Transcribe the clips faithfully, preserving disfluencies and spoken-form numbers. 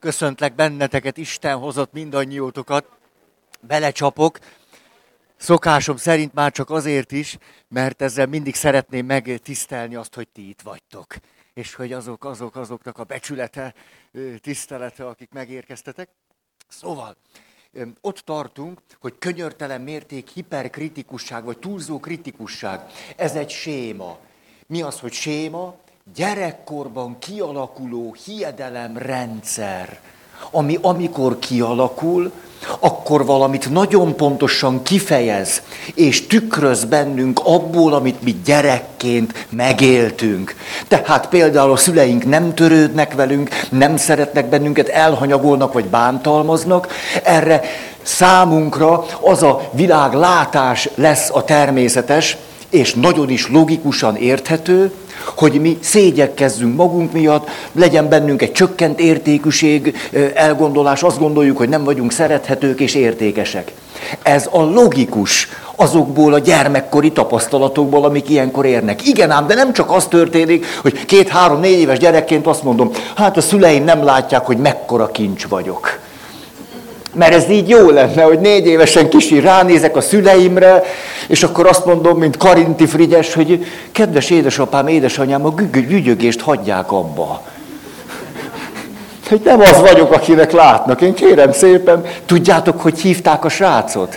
Köszöntlek benneteket, Isten hozott mindannyiótokat. Belecsapok. Szokásom szerint már csak azért is, mert ezzel mindig szeretném megtisztelni azt, hogy ti itt vagytok. És hogy azok, azok, azoknak a becsülete, tisztelete, akik megérkeztetek. Szóval, ott tartunk, hogy könyörtelen mérték, hiperkritikusság, vagy túlzó kritikusság. Ez egy séma. Mi az, hogy séma? Gyerekkorban kialakuló hiedelemrendszer, ami amikor kialakul, akkor valamit nagyon pontosan kifejez, és tükröz bennünk abból, amit mi gyerekként megéltünk. Tehát például a szüleink nem törődnek velünk, nem szeretnek bennünket, elhanyagolnak vagy bántalmaznak. Erre számunkra az a világlátás lesz a természetes, és nagyon is logikusan érthető, hogy mi szégyekkezzünk magunk miatt, legyen bennünk egy csökkent értékűség, elgondolás, azt gondoljuk, hogy nem vagyunk szerethetők és értékesek. Ez a logikus azokból a gyermekkori tapasztalatokból, amik ilyenkor érnek. Igen ám, de nem csak az történik, hogy két-három-négy éves gyerekként azt mondom, hát a szüleim nem látják, hogy mekkora kincs vagyok. Mert ez így jó lenne, hogy négy évesen kicsi ránézek a szüleimre, és akkor azt mondom, mint Karinti Frigyes, hogy kedves édesapám, édesanyám, a gügyögést hagyják abba. Hogy nem az vagyok, akinek látnak. Én kérem szépen, tudjátok, hogy hívták a srácot?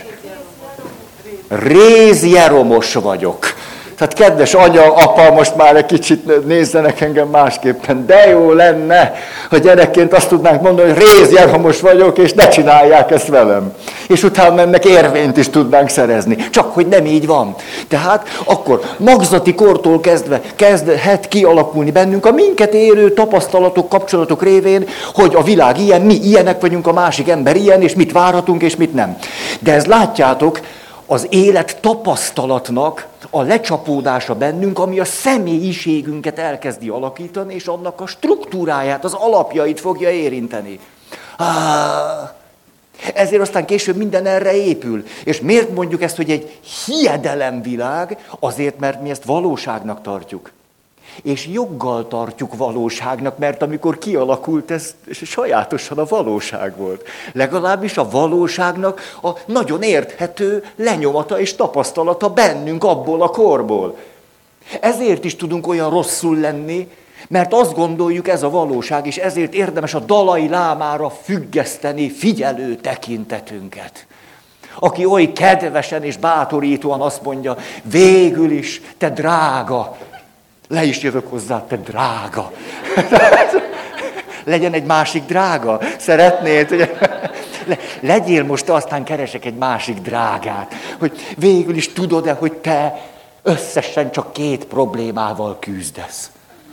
Réz Jeromos vagyok. Tehát kedves anya, apa, most már egy kicsit nézzenek engem másképpen. De jó lenne, ha gyerekként azt tudnánk mondani, hogy Réz Jeromos vagyok, és ne csinálják ezt velem. És utána ennek érvényt is tudnánk szerezni. Csak hogy nem így van. Tehát akkor magzati kortól kezdve kezdhet kialakulni bennünk a minket érő tapasztalatok, kapcsolatok révén, hogy a világ ilyen, mi ilyenek vagyunk, a másik ember ilyen, és mit várhatunk, és mit nem. De ez látjátok, az élet tapasztalatnak a lecsapódása bennünk, ami a személyiségünket elkezdi alakítani, és annak a struktúráját, az alapjait fogja érinteni. Ah, ezért aztán később minden erre épül. És miért mondjuk ezt, hogy egy hiedelemvilág? Azért, mert mi ezt valóságnak tartjuk. És joggal tartjuk valóságnak, mert amikor kialakult, ez sajátosan a valóság volt. Legalábbis a valóságnak a nagyon érthető lenyomata és tapasztalata bennünk abból a korból. Ezért is tudunk olyan rosszul lenni, mert azt gondoljuk, ez a valóság, és ezért érdemes a Dalai Lámára függeszteni figyelő tekintetünket. Aki oly kedvesen és bátorítóan azt mondja, végül is, te drága, le is jövök hozzá, te drága. Legyen egy másik drága. Szeretnéd? Hogy legyél most te, aztán keresek egy másik drágát. Hogy végül is tudod-e, hogy te összesen csak két problémával küzdesz.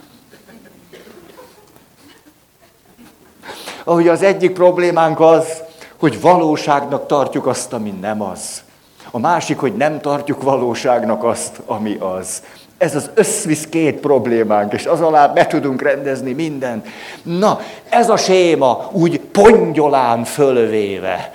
Ahogy az egyik problémánk az, hogy valóságnak tartjuk azt, ami nem az. A másik, hogy nem tartjuk valóságnak azt, ami az. Ez az összvisz két problémánk, és az alá be tudunk rendezni mindent. Na, ez a séma úgy pongyolán fölvéve.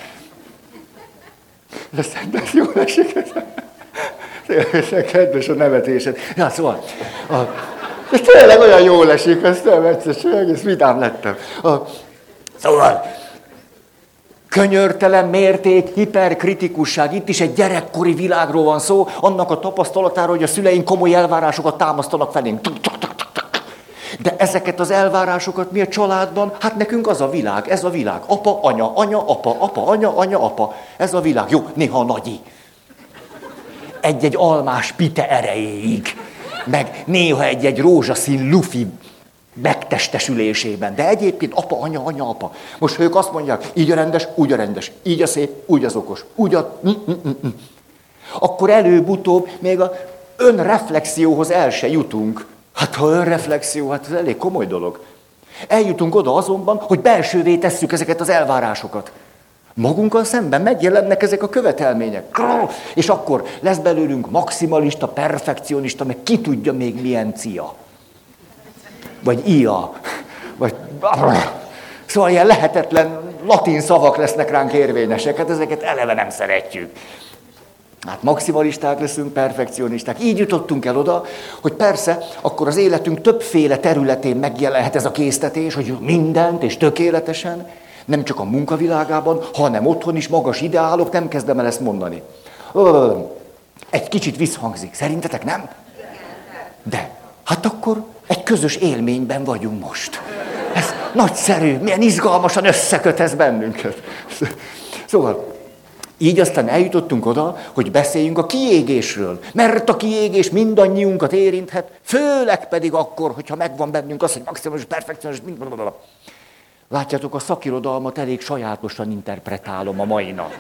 De szerintem jól esik ez. Tényleg kedves a nevetésed. Ja, szóval, a, de tényleg olyan jól esik, ezt nem egyszer, csak egész vidám lettem. A, szóval, könyörtelen mérték, hiperkritikusság. Itt is egy gyerekkori világról van szó, annak a tapasztalatáról, hogy a szüleink komoly elvárásokat támasztanak felénk. De ezeket az elvárásokat mi a családban? Hát nekünk az a világ, ez a világ. Apa, anya, anya, apa, apa, anya, anya, apa. Ez a világ. Jó, néha a nagyi. Egy-egy almás pite erejéig. Meg néha egy-egy rózsaszín lufi megtestesülésében. De egyébként apa, anya, anya, apa. Most ha ők azt mondják, így a rendes, úgy a rendes, így a szép, úgy az okos, úgy a... Mm-mm-mm. Akkor előbb-utóbb még a önreflexióhoz el se jutunk. Hát ha önreflexió, hát ez elég komoly dolog. Eljutunk oda azonban, hogy belsővé tesszük ezeket az elvárásokat. Magunkkal szemben megjelennek ezek a követelmények. És akkor lesz belőlünk maximalista, perfekcionista, meg ki tudja még milyen cia. Vagy ia, vagy... Szóval ilyen lehetetlen latin szavak lesznek ránk érvényesek, hát ezeket eleve nem szeretjük. Hát maximalisták leszünk, perfekcionisták. Így jutottunk el oda, hogy persze, akkor az életünk többféle területén megjelenhet ez a késztetés, hogy mindent és tökéletesen, nem csak a munkavilágában, hanem otthon is magas ideálok, nem kezdem el ezt mondani. Ö, egy kicsit visszhangzik, szerintetek nem? De, hát akkor egy közös élményben vagyunk most. Ez nagyszerű, milyen izgalmasan összeköt ez bennünket. Szóval, így aztán eljutottunk oda, hogy beszéljünk a kiégésről. Mert a kiégés mindannyiunkat érinthet, főleg pedig akkor, hogyha megvan bennünk az, hogy maximális perfekcionális, mind... Látjátok, a szakirodalmat elég sajátosan interpretálom a mai nap.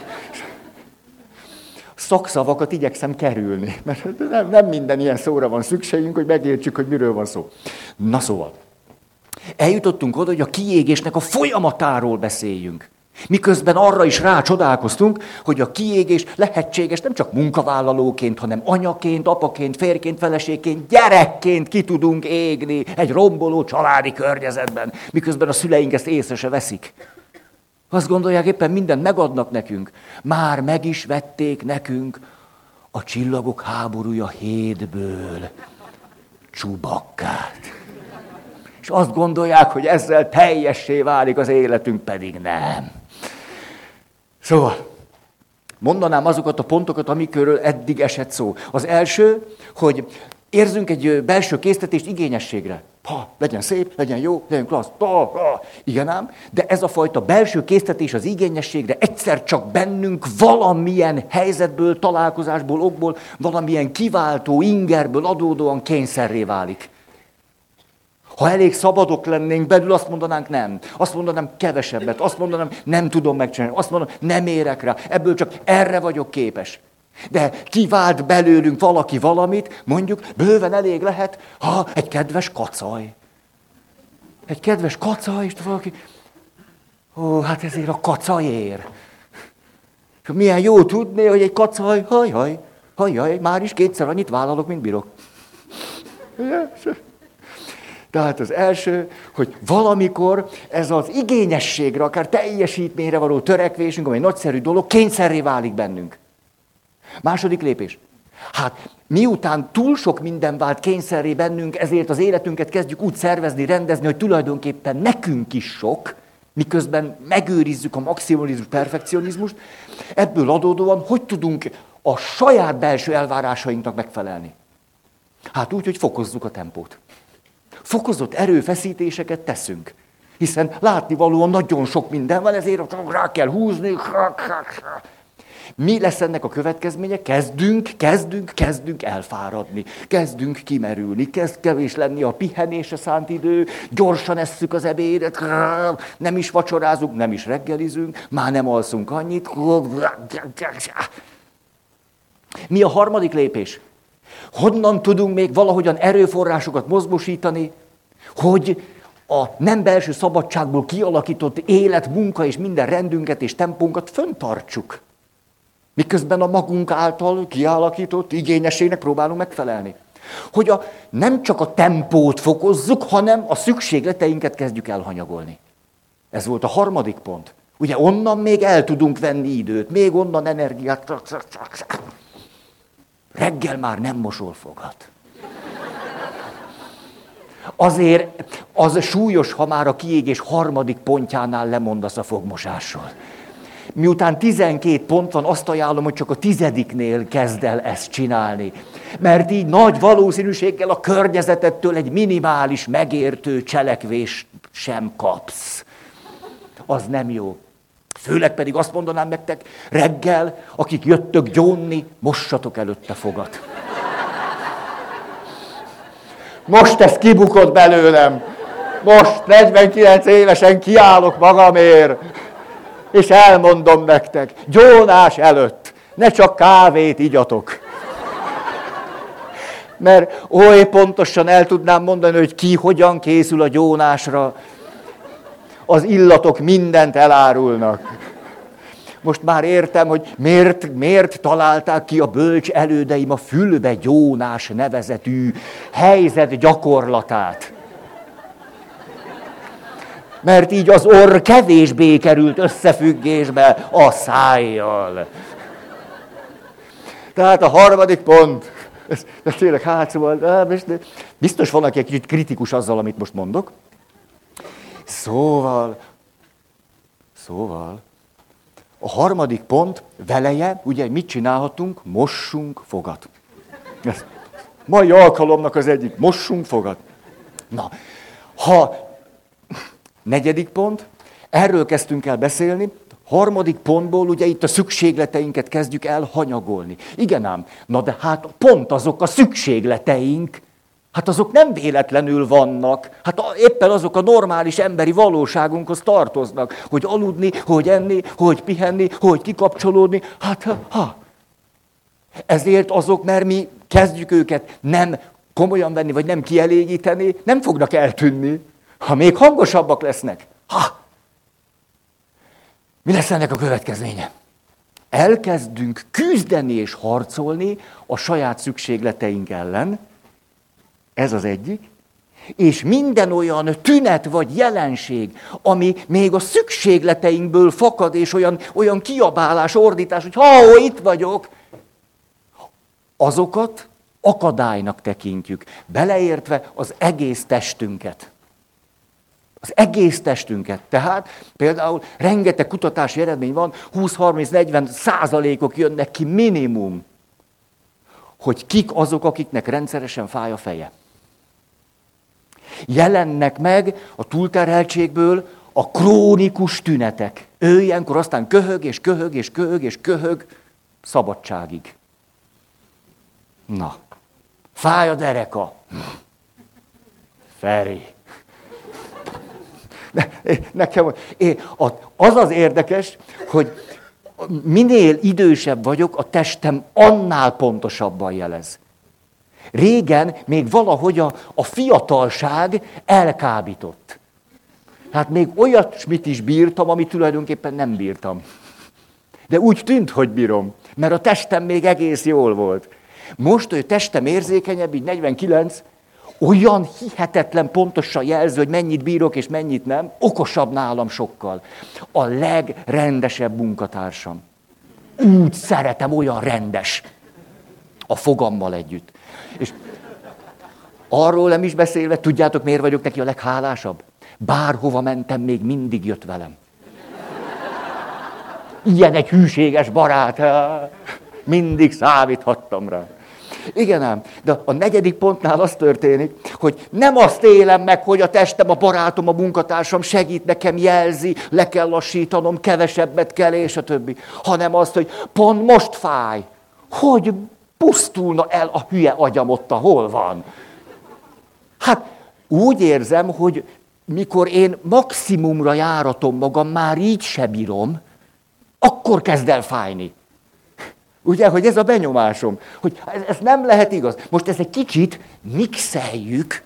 Szakszavakat igyekszem kerülni, mert nem, nem minden ilyen szóra van szükségünk, hogy megértsük, hogy miről van szó. Na szóval, eljutottunk oda, hogy a kiégésnek a folyamatáról beszéljünk. Miközben arra is rácsodálkoztunk, hogy a kiégés lehetséges nem csak munkavállalóként, hanem anyaként, apaként, férjként, feleségként, gyerekként ki tudunk égni egy romboló családi környezetben, miközben a szüleink ezt észre se veszik. Azt gondolják, éppen mindent megadnak nekünk. Már meg is vették nekünk a Csillagok háborúja hétből Csubakkát. És azt gondolják, hogy ezzel teljessé válik az életünk, pedig nem. Szóval, mondanám azokat a pontokat, amikről eddig esett szó. Az első, hogy érzünk egy belső késztetést igényességre. Ha, legyen szép, legyen jó, legyen klassz. Ha, ha. Igen ám, de ez a fajta belső késztetés az igényességre egyszer csak bennünk valamilyen helyzetből, találkozásból, okból, valamilyen kiváltó ingerből adódóan kényszerré válik. Ha elég szabadok lennénk belül, azt mondanánk nem. Azt mondanám kevesebbet, azt mondanám nem tudom megcsinálni, azt mondanám nem érek rá, ebből csak erre vagyok képes. De kivált belőlünk valaki valamit, mondjuk bőven elég lehet, ha egy kedves kacaj. Egy kedves kacaj, és valaki, ó, hát ezért a kacajér. Milyen jó tudni, hogy egy kacaj, hajhaj, hajhaj, már is kétszer annyit vállalok, mint bírok. Tehát az első, hogy valamikor ez az igényességre, akár teljesítményre való törekvésünk, amely nagyszerű dolog, kényszerré válik bennünk. Második lépés. Hát miután túl sok minden vált kényszerré bennünk, ezért az életünket kezdjük úgy szervezni, rendezni, hogy tulajdonképpen nekünk is sok, miközben megőrizzük a maximalizmus, perfekcionizmust, ebből adódóan hogy tudunk a saját belső elvárásainknak megfelelni? Hát úgy, hogy fokozzuk a tempót. Fokozott erőfeszítéseket teszünk. Hiszen látnivalóan nagyon sok minden van, ezért rá kell húzni. Mi lesz ennek a következménye? Kezdünk, kezdünk, kezdünk elfáradni. Kezdünk kimerülni. Kezd kevés lenni a pihenésre szánt idő. Gyorsan esszük az ebédet. Nem is vacsorázunk, nem is reggelizünk. Már nem alszunk annyit. Mi a harmadik lépés? Honnan tudunk még valahogyan erőforrásokat mozgósítani, hogy a nem belső szabadságból kialakított élet, munka és minden rendünket és tempónkat föntartsuk? Miközben a magunk által kialakított igényességnek próbálunk megfelelni. Hogy a, nem csak a tempót fokozzuk, hanem a szükségleteinket kezdjük elhanyagolni. Ez volt a harmadik pont. Ugye onnan még el tudunk venni időt, még onnan energiát. Reggel már nem mosol fogad. Azért az súlyos, ha már a kiégés harmadik pontjánál lemondasz a fogmosásról. Miután tizenkét pont van, azt ajánlom, hogy csak a tizediknél kezd el ezt csinálni. Mert így nagy valószínűséggel a környezetettől egy minimális megértő cselekvést sem kapsz. Az nem jó. Főleg pedig azt mondanám nektek, reggel, akik jöttök gyónni, mossatok előtte fogat. Most ez kibukott belőlem. Most negyvenkilenc évesen kiállok magamért, és elmondom nektek, gyónás előtt ne csak kávét igyatok. Mert oly pontosan el tudnám mondani, hogy ki hogyan készül a gyónásra. Az illatok mindent elárulnak. Most már értem, hogy miért, miért találták ki a bölcs elődeim a fülbegyónás nevezetű helyzet gyakorlatát. Mert így az orr kevésbé került összefüggésbe a szájjal. Tehát a harmadik pont. Ez, ez tényleg hát szóval, biztos van, aki egy kicsit kritikus azzal, amit most mondok. Szóval, szóval, a harmadik pont veleje, ugye mit csinálhatunk? Mossunk fogat. Ez mai alkalomnak az egyik, mossunk fogat. Na, ha negyedik pont, erről kezdtünk el beszélni, harmadik pontból ugye itt a szükségleteinket kezdjük el hanyagolni. Igen ám, na de hát pont azok a szükségleteink, hát azok nem véletlenül vannak, hát éppen azok a normális emberi valóságunkhoz tartoznak, hogy aludni, hogy enni, hogy pihenni, hogy kikapcsolódni, hát ha. Ezért azok, mert mi kezdjük őket nem komolyan venni, vagy nem kielégíteni, nem fognak eltűnni, ha még hangosabbak lesznek. Ha! Mi lesz ennek a következménye? Elkezdünk küzdeni és harcolni a saját szükségleteink ellen, ez az egyik, és minden olyan tünet vagy jelenség, ami még a szükségleteinkből fakad, és olyan, olyan kiabálás, ordítás, hogy ha, itt vagyok, azokat akadálynak tekintjük, beleértve az egész testünket. Az egész testünket. Tehát például rengeteg kutatási eredmény van, húsz-harminc-negyven százalékok jönnek ki minimum, hogy kik azok, akiknek rendszeresen fáj a feje. Jelennek meg a túlterheltségből a krónikus tünetek. Ő ilyenkor aztán köhög, és köhög, és köhög, és köhög, szabadságig. Na, fáj a dereka. Feri. Ne, nekem az az érdekes, hogy minél idősebb vagyok, a testem annál pontosabban jelez. Régen még valahogy a, a fiatalság elkábított. Hát még olyasmit is bírtam, amit tulajdonképpen nem bírtam. De úgy tűnt, hogy bírom, mert a testem még egész jól volt. Most, hogy a testem érzékenyebb, így negyvenkilenc, olyan hihetetlen pontosan jelző, hogy mennyit bírok és mennyit nem, okosabb nálam sokkal. A legrendesebb munkatársam. Úgy szeretem, olyan rendes. A fogammal együtt. És arról nem is beszélve, tudjátok, miért vagyok neki a leghálásabb? Bárhova mentem, még mindig jött velem. Ilyen egy hűséges barát. Mindig számíthattam rá. Igen ám, de a negyedik pontnál az történik, hogy nem azt élem meg, hogy a testem, a barátom, a munkatársam segít nekem, jelzi, le kell lassítanom, kevesebbet kell, és a többi. Hanem azt, hogy pont most fáj. Hogy pusztulna el a hülye agyam ott, ahol van. Hát úgy érzem, hogy mikor én maximumra járatom magam, már így se bírom, akkor kezd el fájni. Ugye, hogy ez a benyomásom, hogy ez, ez nem lehet igaz. Most ezt egy kicsit mixeljük,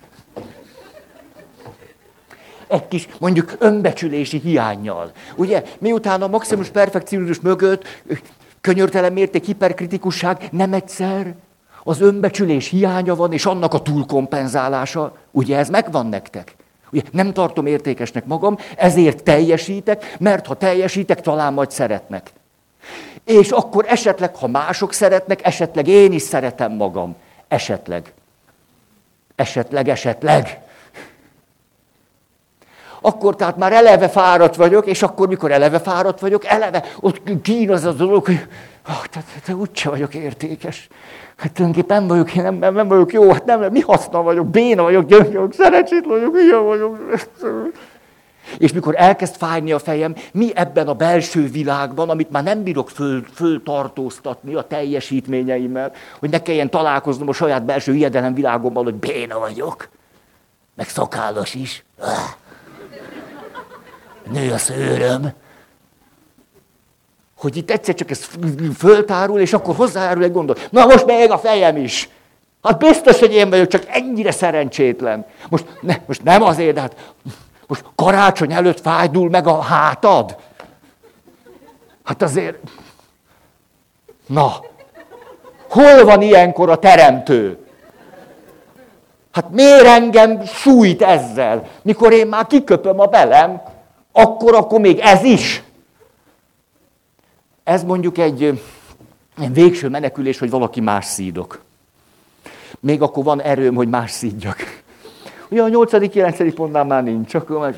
egy kis, mondjuk, önbecsülési hiánnyal. Ugye, miután a maximus perfekcionizmus mögött könyörtelen mérték, hiperkritikusság, nem egyszer az önbecsülés hiánya van, és annak a túlkompenzálása, ugye ez megvan nektek. Ugye, nem tartom értékesnek magam, ezért teljesítek, mert ha teljesítek, talán majd szeretnek. És akkor esetleg, ha mások szeretnek, esetleg én is szeretem magam. Esetleg. Esetleg, esetleg. Akkor tehát már eleve fáradt vagyok, és akkor, mikor eleve fáradt vagyok, eleve ott kínos az a dolog, hogy oh, te, te, te úgyse vagyok értékes. Hát tulajdonképpen nem vagyok, én nem, nem, nem vagyok jó, hát nem, mi haszna vagyok, béna vagyok, gyöngy vagyok, szerencsétlen vagyok, ilyen vagyok. És mikor elkezd fájni a fejem, mi ebben a belső világban, amit már nem bírok föl, föltartóztatni a teljesítményeimmel, hogy ne kelljen találkoznom a saját belső hiedelem világommal, hogy béna vagyok, meg szakállas is. Nő a szőröm. Hogy itt egyszer csak ez föltárul, és akkor hozzájárul egy gondolat. Na most még a fejem is. Hát biztos, hogy én vagyok, csak ennyire szerencsétlen. Most, ne, most nem azért, de hát most karácsony előtt fájdul meg a hátad. Hát azért... Na, hol van ilyenkor a teremtő? Hát miért engem sújt ezzel? Mikor én már kiköpöm a belem, akkor, akkor még ez is. Ez mondjuk egy Végső menekülés, hogy valaki más szídok. Még akkor van erőm, hogy más szídjak. Ugye a nyolcadik, kilencedik pontnál már nincs, akkor már...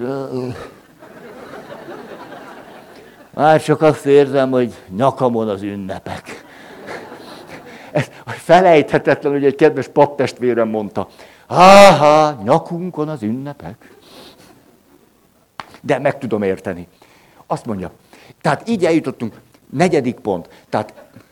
Már csak azt érzem, hogy nyakamon az ünnepek. Ez felejthetetlen, hogy egy kedves paptestvérem mondta. Áhá, nyakunkon az ünnepek. De meg tudom érteni. Azt mondja. Tehát így eljutottunk. Negyedik pont. Tehát...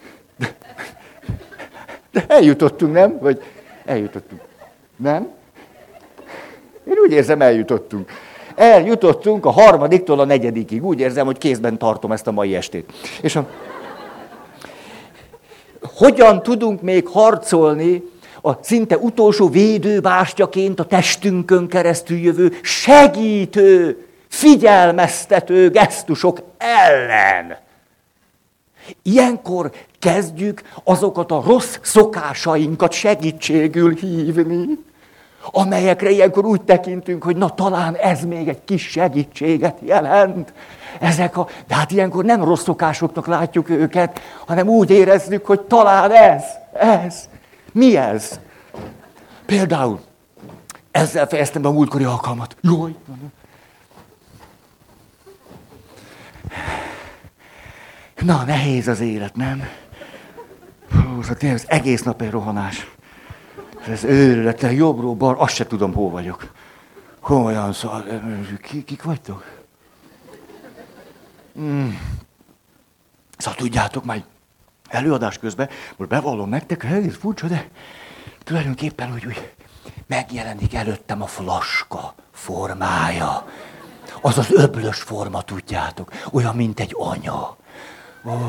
De eljutottunk, nem? Vagy eljutottunk. Nem? Én úgy érzem, eljutottunk. Eljutottunk a harmadiktól a negyedikig. Úgy érzem, hogy kézben tartom ezt a mai estét. És a... Hogyan tudunk még harcolni a szinte utolsó védőbástyaként a testünkön keresztül jövő segítő, figyelmeztető gesztusok ellen? Ilyenkor kezdjük azokat a rossz szokásainkat segítségül hívni, amelyekre ilyenkor úgy tekintünk, hogy na talán ez még egy kis segítséget jelent. Ezek a, de hát ilyenkor nem rossz szokásoknak látjuk őket, hanem úgy érezzük, hogy talán ez, ez. Mi ez? Például, ezzel fejeztem be a múltkori alkalmat. Jaj! Na, nehéz az élet, nem? Hú, az egész nap egy rohanás. Ez őrületlen, jobbról, bal, azt se tudom, hol vagyok. Komolyan, szóval, kik, kik vagytok? Hmm. Szóval tudjátok, már előadás közben, most bevallom nektek, egész furcsa, de tulajdonképpen úgy, úgy megjelenik előttem a flaska formája. Az az öblös forma, tudjátok, olyan, mint egy anya. Oh.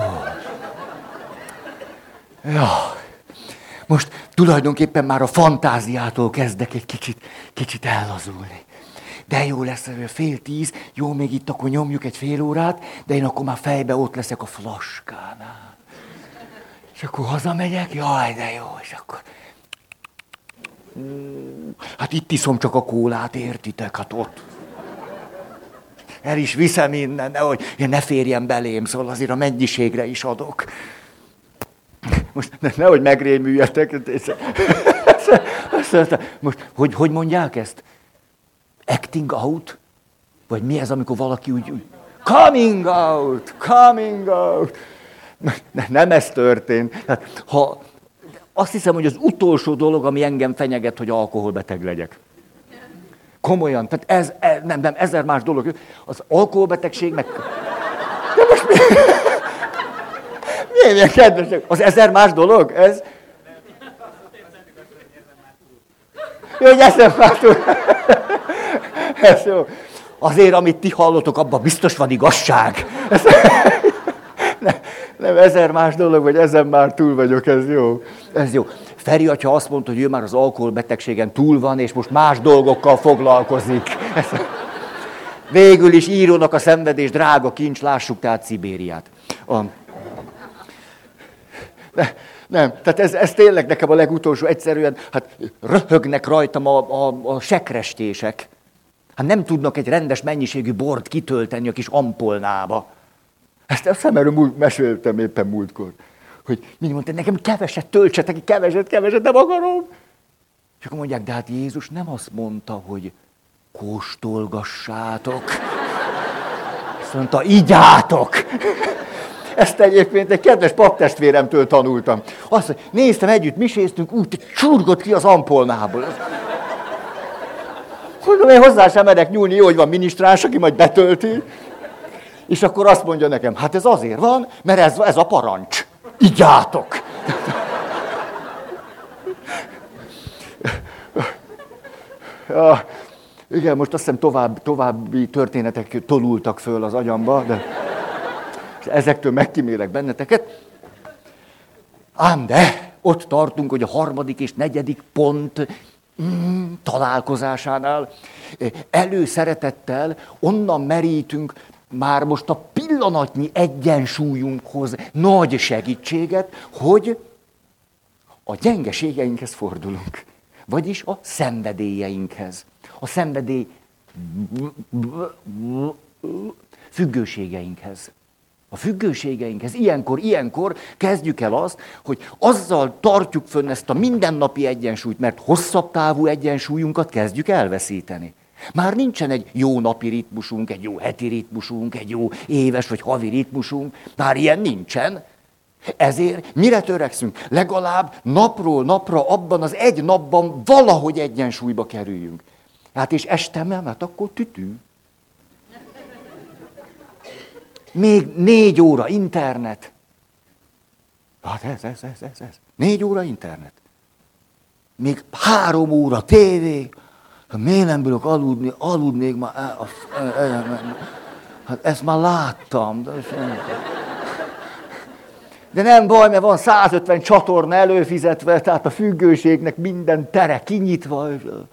Ja. Most tulajdonképpen már a fantáziától kezdek egy kicsit, kicsit ellazulni. De jó lesz, fél tíz, jó, még itt akkor nyomjuk egy fél órát, de én akkor már fejbe ott leszek a flaskánál. És akkor hazamegyek, jaj, de jó, és akkor... Hát itt iszom csak a kólát, értitek, hát ott. El is viszem innen, nehogy ne férjen belém, szóval azért a mennyiségre is adok. Most nehogy megrémüljetek. Most, hogy, hogy mondják ezt? Acting out? Vagy mi ez, amikor valaki úgy... úgy coming out! Coming out! Nem ez történt. Hát, ha, azt hiszem, hogy az utolsó dolog, ami engem fenyeget, hogy alkoholbeteg legyek. Komolyan. Tehát ez, ez nem, nem, ezer más dolog. Az alkoholbetegség meg... De most mi? Milyen ilyen kedvesek? Az ezer más dolog? Ez... Jó, hogy ezer más túl. Ez jó. Azért, amit ti hallotok, abban biztos van igazság. Ez... Nem, nem ezer más dolog, vagy ezen már túl vagyok, ez jó. Ez jó. Feri atya azt mondta, hogy ő már az alkoholbetegségen túl van, és most más dolgokkal foglalkozik. Ez... Végül is írónak a szenvedés drága kincs, lássuk tehát Szibériát. A... Ne, nem, tehát ez, ez tényleg nekem a legutolsó, egyszerűen, hát röhögnek rajtam a, a, a sekrestések. Hát nem tudnak egy rendes mennyiségű bort kitölteni a kis ampolnába. Ezt a szememről múlt, meséltem éppen múltkor, hogy mindig mondta, nekem keveset töltsetek, keveset, keveset, nem akarom. És akkor mondják, de hát Jézus nem azt mondta, hogy kóstolgassátok. Azt mondta, igyátok. Ezt egyébként egy kedves paptestvéremtől tanultam. Azt mondja, néztem együtt, miséztünk, úgy csurgott ki az ampolnából. Mondom, én hozzá sem merek nyúlni, jó, hogy van minisztráns, aki majd betölti. És akkor azt mondja nekem, hát ez azért van, mert ez, ez a parancs. Igyátok! Ja, igen, most azt hiszem tovább, további történetek tolultak föl az agyamba, de ezektől megkímélek benneteket. Ám de, ott tartunk, hogy a harmadik és negyedik pont mm, találkozásánál előszeretettel onnan merítünk már most a pillanatnyi egyensúlyunkhoz nagy segítséget, hogy a gyengeségeinkhez fordulunk. Vagyis a szenvedélyeinkhez. A szenvedély függőségeinkhez. A függőségeinkhez. Ilyenkor, ilyenkor kezdjük el azt, hogy azzal tartjuk fönn ezt a mindennapi egyensúlyt, mert hosszabb távú egyensúlyunkat kezdjük elveszíteni. Már nincsen egy jó napi ritmusunk, egy jó heti ritmusunk, egy jó éves vagy havi ritmusunk. Már ilyen nincsen. Ezért mire törekszünk? Legalább napról napra abban az egy napban valahogy egyensúlyba kerüljünk. Hát és este mert akkor tütű. Még négy óra internet. Hát ez, ez, ez, ez, ez. Négy óra internet. Még három óra tévé. Ha miért nem bírok aludni, aludnék már. Hát ezt már láttam. De, de nem baj, mert van százötven csatorna előfizetve, tehát a függőségnek minden tere kinyitva.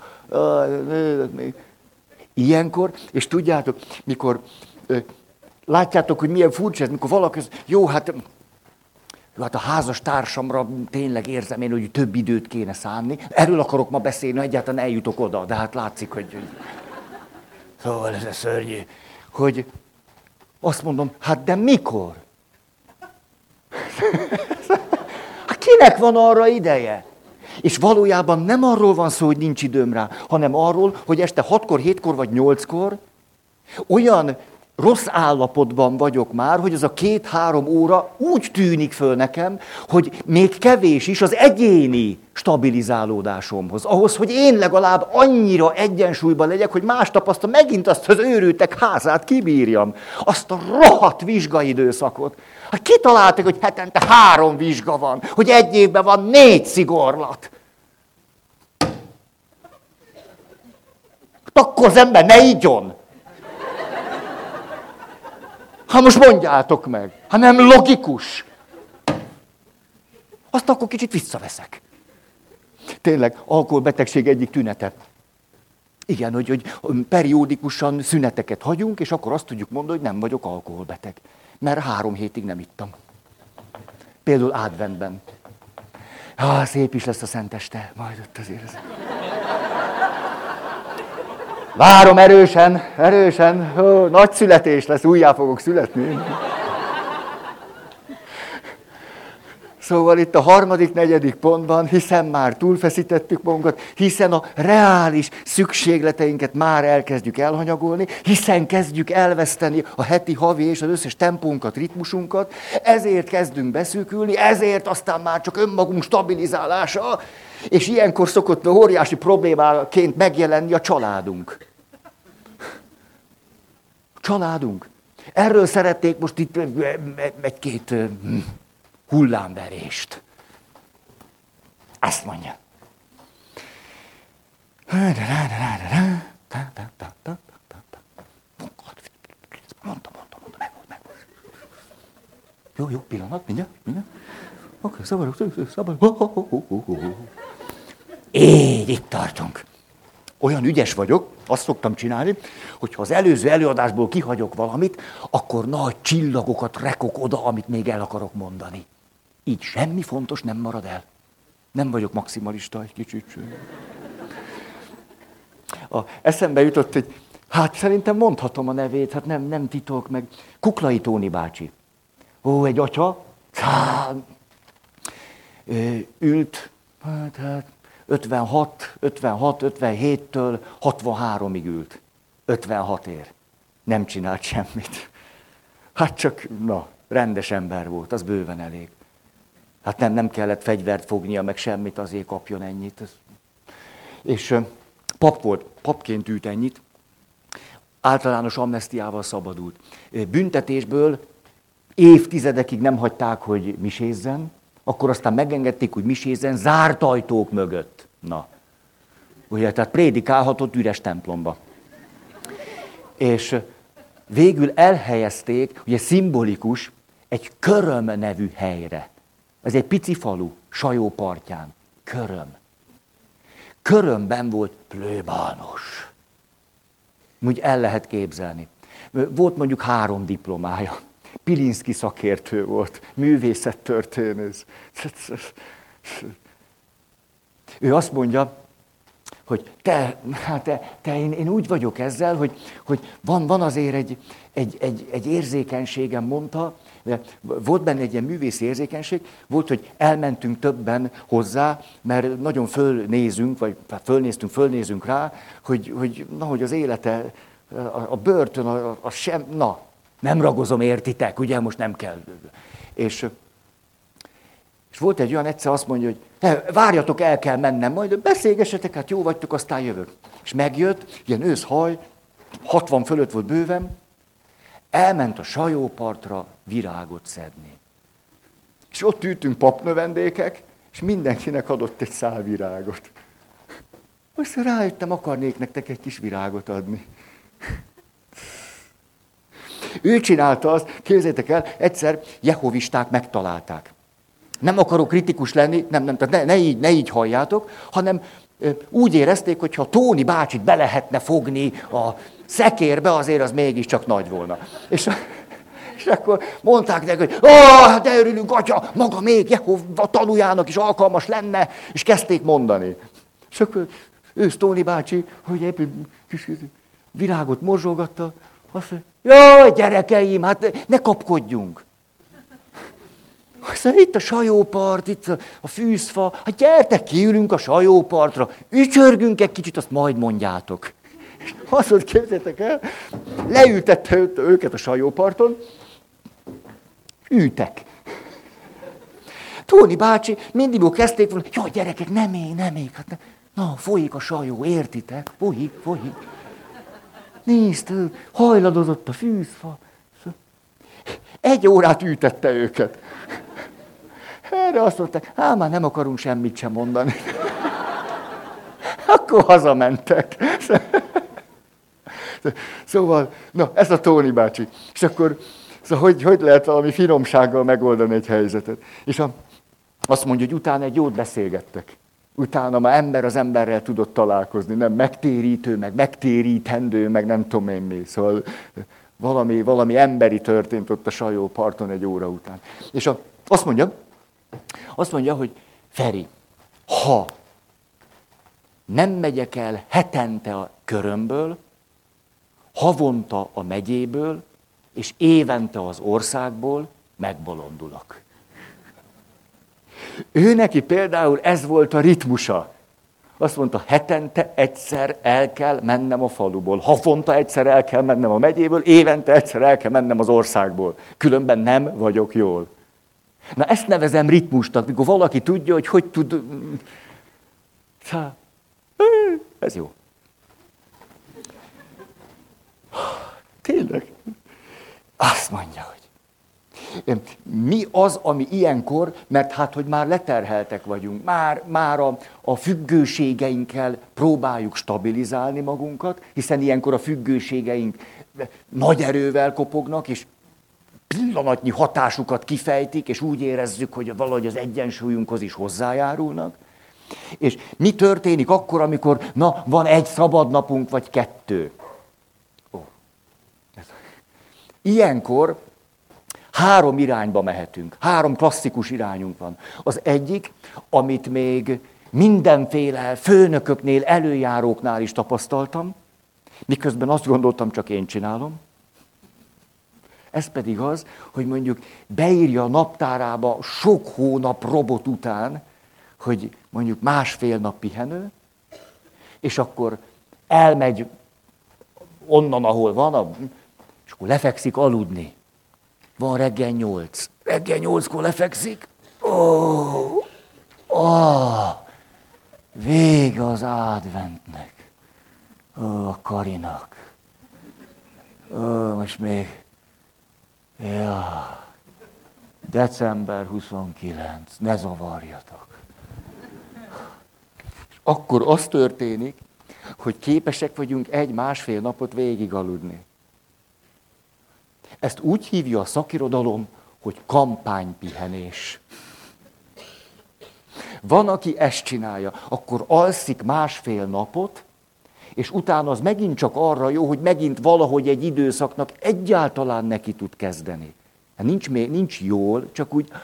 Ilyenkor, és tudjátok, mikor látjátok, hogy milyen furcsa ez, mikor valaki, jó, hát, jó, hát a házas társamra tényleg érzem én, hogy több időt kéne szánni. Erről akarok ma beszélni, egyáltalán eljutok oda, de hát látszik, hogy... Szóval ez a szörnyű, hogy azt mondom, hát de mikor? Hát kinek van arra ideje? És valójában nem arról van szó, hogy nincs időm rá, hanem arról, hogy este hatkor, hétkor vagy nyolckor olyan rossz állapotban vagyok már, hogy az a két-három óra úgy tűnik föl nekem, hogy még kevés is az egyéni stabilizálódásomhoz. Ahhoz, hogy én legalább annyira egyensúlyban legyek, hogy másnap azt a megint azt az őrültek házát kibírjam. Azt a rohadt vizsgaidőszakot. Hát kitaláltak, hogy hetente három vizsga van, hogy egy évben van négy szigorlat. Akkor az ember ne igyon. Ha most mondjátok meg, ha nem logikus, azt akkor kicsit visszaveszek. Tényleg, alkoholbetegség egyik tünete. Igen, hogy, hogy periódikusan szüneteket hagyunk, és akkor azt tudjuk mondani, hogy nem vagyok alkoholbeteg. Mert három hétig nem ittam. Például adventben. Ah, szép is lesz a szenteste, majd ott azért. Várom erősen, erősen, ó, nagy születés lesz, újjá fogok születni. Szóval itt a harmadik, negyedik pontban, hiszen már túlfeszítettük magunkat, hiszen a reális szükségleteinket már elkezdjük elhanyagolni, hiszen kezdjük elveszteni a heti, havi és az összes tempónkat, ritmusunkat, ezért kezdünk beszűkülni, ezért aztán már csak önmagunk stabilizálása, és ilyenkor szokott óriási problémáként megjelenni a családunk. Családunk. Erről szeretnék most itt egy-két hullámverést. Azt mondja. Mondta, mondta, mondta, meg volt, meg volt. Jó, jó, pillanat, mindjárt, mindjárt. Oké, szabadok, szabadok. Így, itt tartunk. Olyan ügyes vagyok, azt szoktam csinálni, hogyha az előző előadásból kihagyok valamit, akkor nagy csillagokat rekok oda, amit még el akarok mondani. Így semmi fontos nem marad el. Nem vagyok maximalista egy kicsit. A, eszembe jutott egy, hát szerintem mondhatom a nevét, hát nem, nem titok meg. Kuklai Tóni bácsi. Ó, egy atya, hát, ült, hát, hát, ötvenhat, ötvenhat, ötvenhéttől hatvanháromig ült. ötvenhat ér. Nem csinált semmit. Hát csak, na, rendes ember volt, az bőven elég. Hát nem, nem kellett fegyvert fognia, meg semmit, azért kapjon ennyit. És pap volt, papként ült ennyit, általános amnesztiával szabadult. Büntetésből évtizedekig nem hagyták, hogy misézzen, akkor aztán megengedték, hogy misézzen zárt ajtók mögött. Na, ugye, tehát prédikálhatott üres templomba. És végül elhelyezték, ugye szimbolikus, egy Köröm nevű helyre. Ez egy pici falu, Sajó partján. Köröm. Körömben volt plőbános. Úgy el lehet képzelni. Volt mondjuk három diplomája. Pilinszky szakértő volt, művészettörténész. Ő azt mondja, hogy te, hát te, te én, én úgy vagyok ezzel, hogy, hogy van, van azért egy, egy, egy, egy érzékenységem, mondta, de volt benne egy ilyen művészi érzékenység, volt, hogy elmentünk többen hozzá, mert nagyon fölnézünk, vagy fölnéztünk, fölnézünk rá, hogy, hogy, na, hogy az élete, a, a börtön, a, a sem, na, nem ragozom, értitek, ugye, most nem kell. És, és volt egy olyan, egyszer azt mondja, hogy ne, várjatok, el kell mennem, majd beszélgessetek, hát jó vagytok, aztán jövök. És megjött, ilyen őszhaj, hatvan fölött volt bőven, elment a Sajópartra virágot szedni. És ott ültünk papnövendékek, és mindenkinek adott egy szál virágot. Aztán rájöttem, akarnék nektek egy kis virágot adni. Ő csinálta azt, képzeljétek el, egyszer jehovisták megtalálták. Nem akarok kritikus lenni, nem, nem, tehát ne, ne, így, ne így halljátok, hanem úgy érezték, hogy ha Tóni bácsit be lehetne fogni a szekérbe, azért az mégiscsak nagy volna. És, és akkor mondták neki, hogy ah, de örülünk, atya, maga még Jehova tanújának is alkalmas lenne, és kezdték mondani. És akkor ősz Tóni bácsi, hogy éppen kis virágot morzsolgatta, azt mondja, jaj, gyerekeim, hát ne kapkodjunk. Aztán itt a Sajópart, itt a, a fűzfa, hát gyertek, kiülünk a Sajópartra, ücsörgünk egy kicsit, azt majd mondjátok. És azt mondta, képzeljétek el, leültette őket a Sajóparton, ültek. Tóni bácsi mindig úgy kezdték volna, jaj, gyerekek, nem még, nem még, hát ne. Na, folyik a Sajó, értitek? Folyik, folyik. Nézd, hajladozott a fűzfa. Egy órát ültette őket. Erre azt mondták, hát már nem akarunk semmit sem mondani. Akkor hazamentek. Szóval, na, ez a Tóni bácsi. És akkor, szóval hogy, hogy lehet valami finomsággal megoldani egy helyzetet? És a, azt mondja, hogy utána egy jót beszélgettek. Utána már ember az emberrel tudott találkozni, nem megtérítő, meg megtérítendő, meg nem tudom én mi. Szóval valami, valami emberi történt ott a Sajóparton egy óra után. És a, azt mondja, azt mondja, hogy Feri, ha nem megyek el hetente a körömből, havonta a megyéből, és évente az országból, megbolondulok. Ő neki például ez volt a ritmusa. Azt mondta, hetente egyszer el kell mennem a faluból, havonta egyszer el kell mennem a megyéből, évente egyszer el kell mennem az országból. Különben nem vagyok jól. Na ezt nevezem ritmusnak, mikor valaki tudja, hogy hogy tud... Ez jó. Tényleg. Azt mondja, hogy mi az, ami ilyenkor, mert hát, hogy már leterheltek vagyunk, már, már a, a függőségeinkkel próbáljuk stabilizálni magunkat, hiszen ilyenkor a függőségeink nagy erővel kopognak, és pillanatnyi hatásukat kifejtik, és úgy érezzük, hogy valahogy az egyensúlyunkhoz is hozzájárulnak. És mi történik akkor, amikor, na, van egy szabad napunk, vagy kettő? Ó. Ilyenkor három irányba mehetünk, három klasszikus irányunk van. Az egyik, amit még mindenféle főnököknél, előjáróknál is tapasztaltam, miközben azt gondoltam, csak én csinálom. Ez pedig az, hogy mondjuk beírja a naptárába sok hónap robot után, hogy mondjuk másfél nap pihenő, és akkor elmegy onnan, ahol van, és akkor lefekszik aludni. Van reggel nyolc. Reggel nyolckor lefekszik. Ó, oh, oh, vége az adventnek. Ó, oh, a Karinak. Ó, oh, most még... Ja, december huszonkilenc, ne zavarjatok. És akkor az történik, hogy képesek vagyunk egy-másfél napot végig aludni. Ezt úgy hívja a szakirodalom, hogy kampánypihenés. Van, aki ezt csinálja, akkor alszik másfél napot, és utána az megint csak arra jó, hogy megint valahogy egy időszaknak egyáltalán neki tud kezdeni. Nincs, még, nincs jól, csak úgy...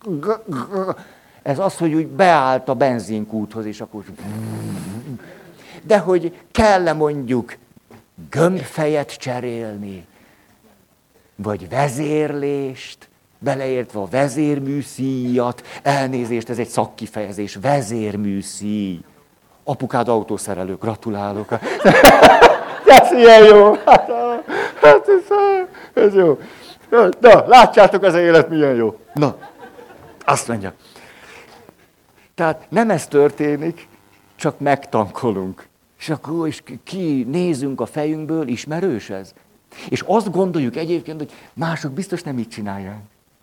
Ez az, hogy úgy beállt a benzinkúthoz, és akkor... de hogy kell-e mondjuk gömbfejet cserélni, vagy vezérlést, beleértve a vezérműszíjat, elnézést, ez egy szakkifejezés, vezérműszíj. Apukád autószerelő, gratulálok. Ez ilyen jó. Hát, hát ez, ez jó. Na, látjátok, az élet milyen jó. Na, azt mondja. Tehát nem ez történik, csak megtankolunk. És akkor is ki nézünk a fejünkből, ismerős ez? És azt gondoljuk egyébként, hogy mások biztos nem így csinálják.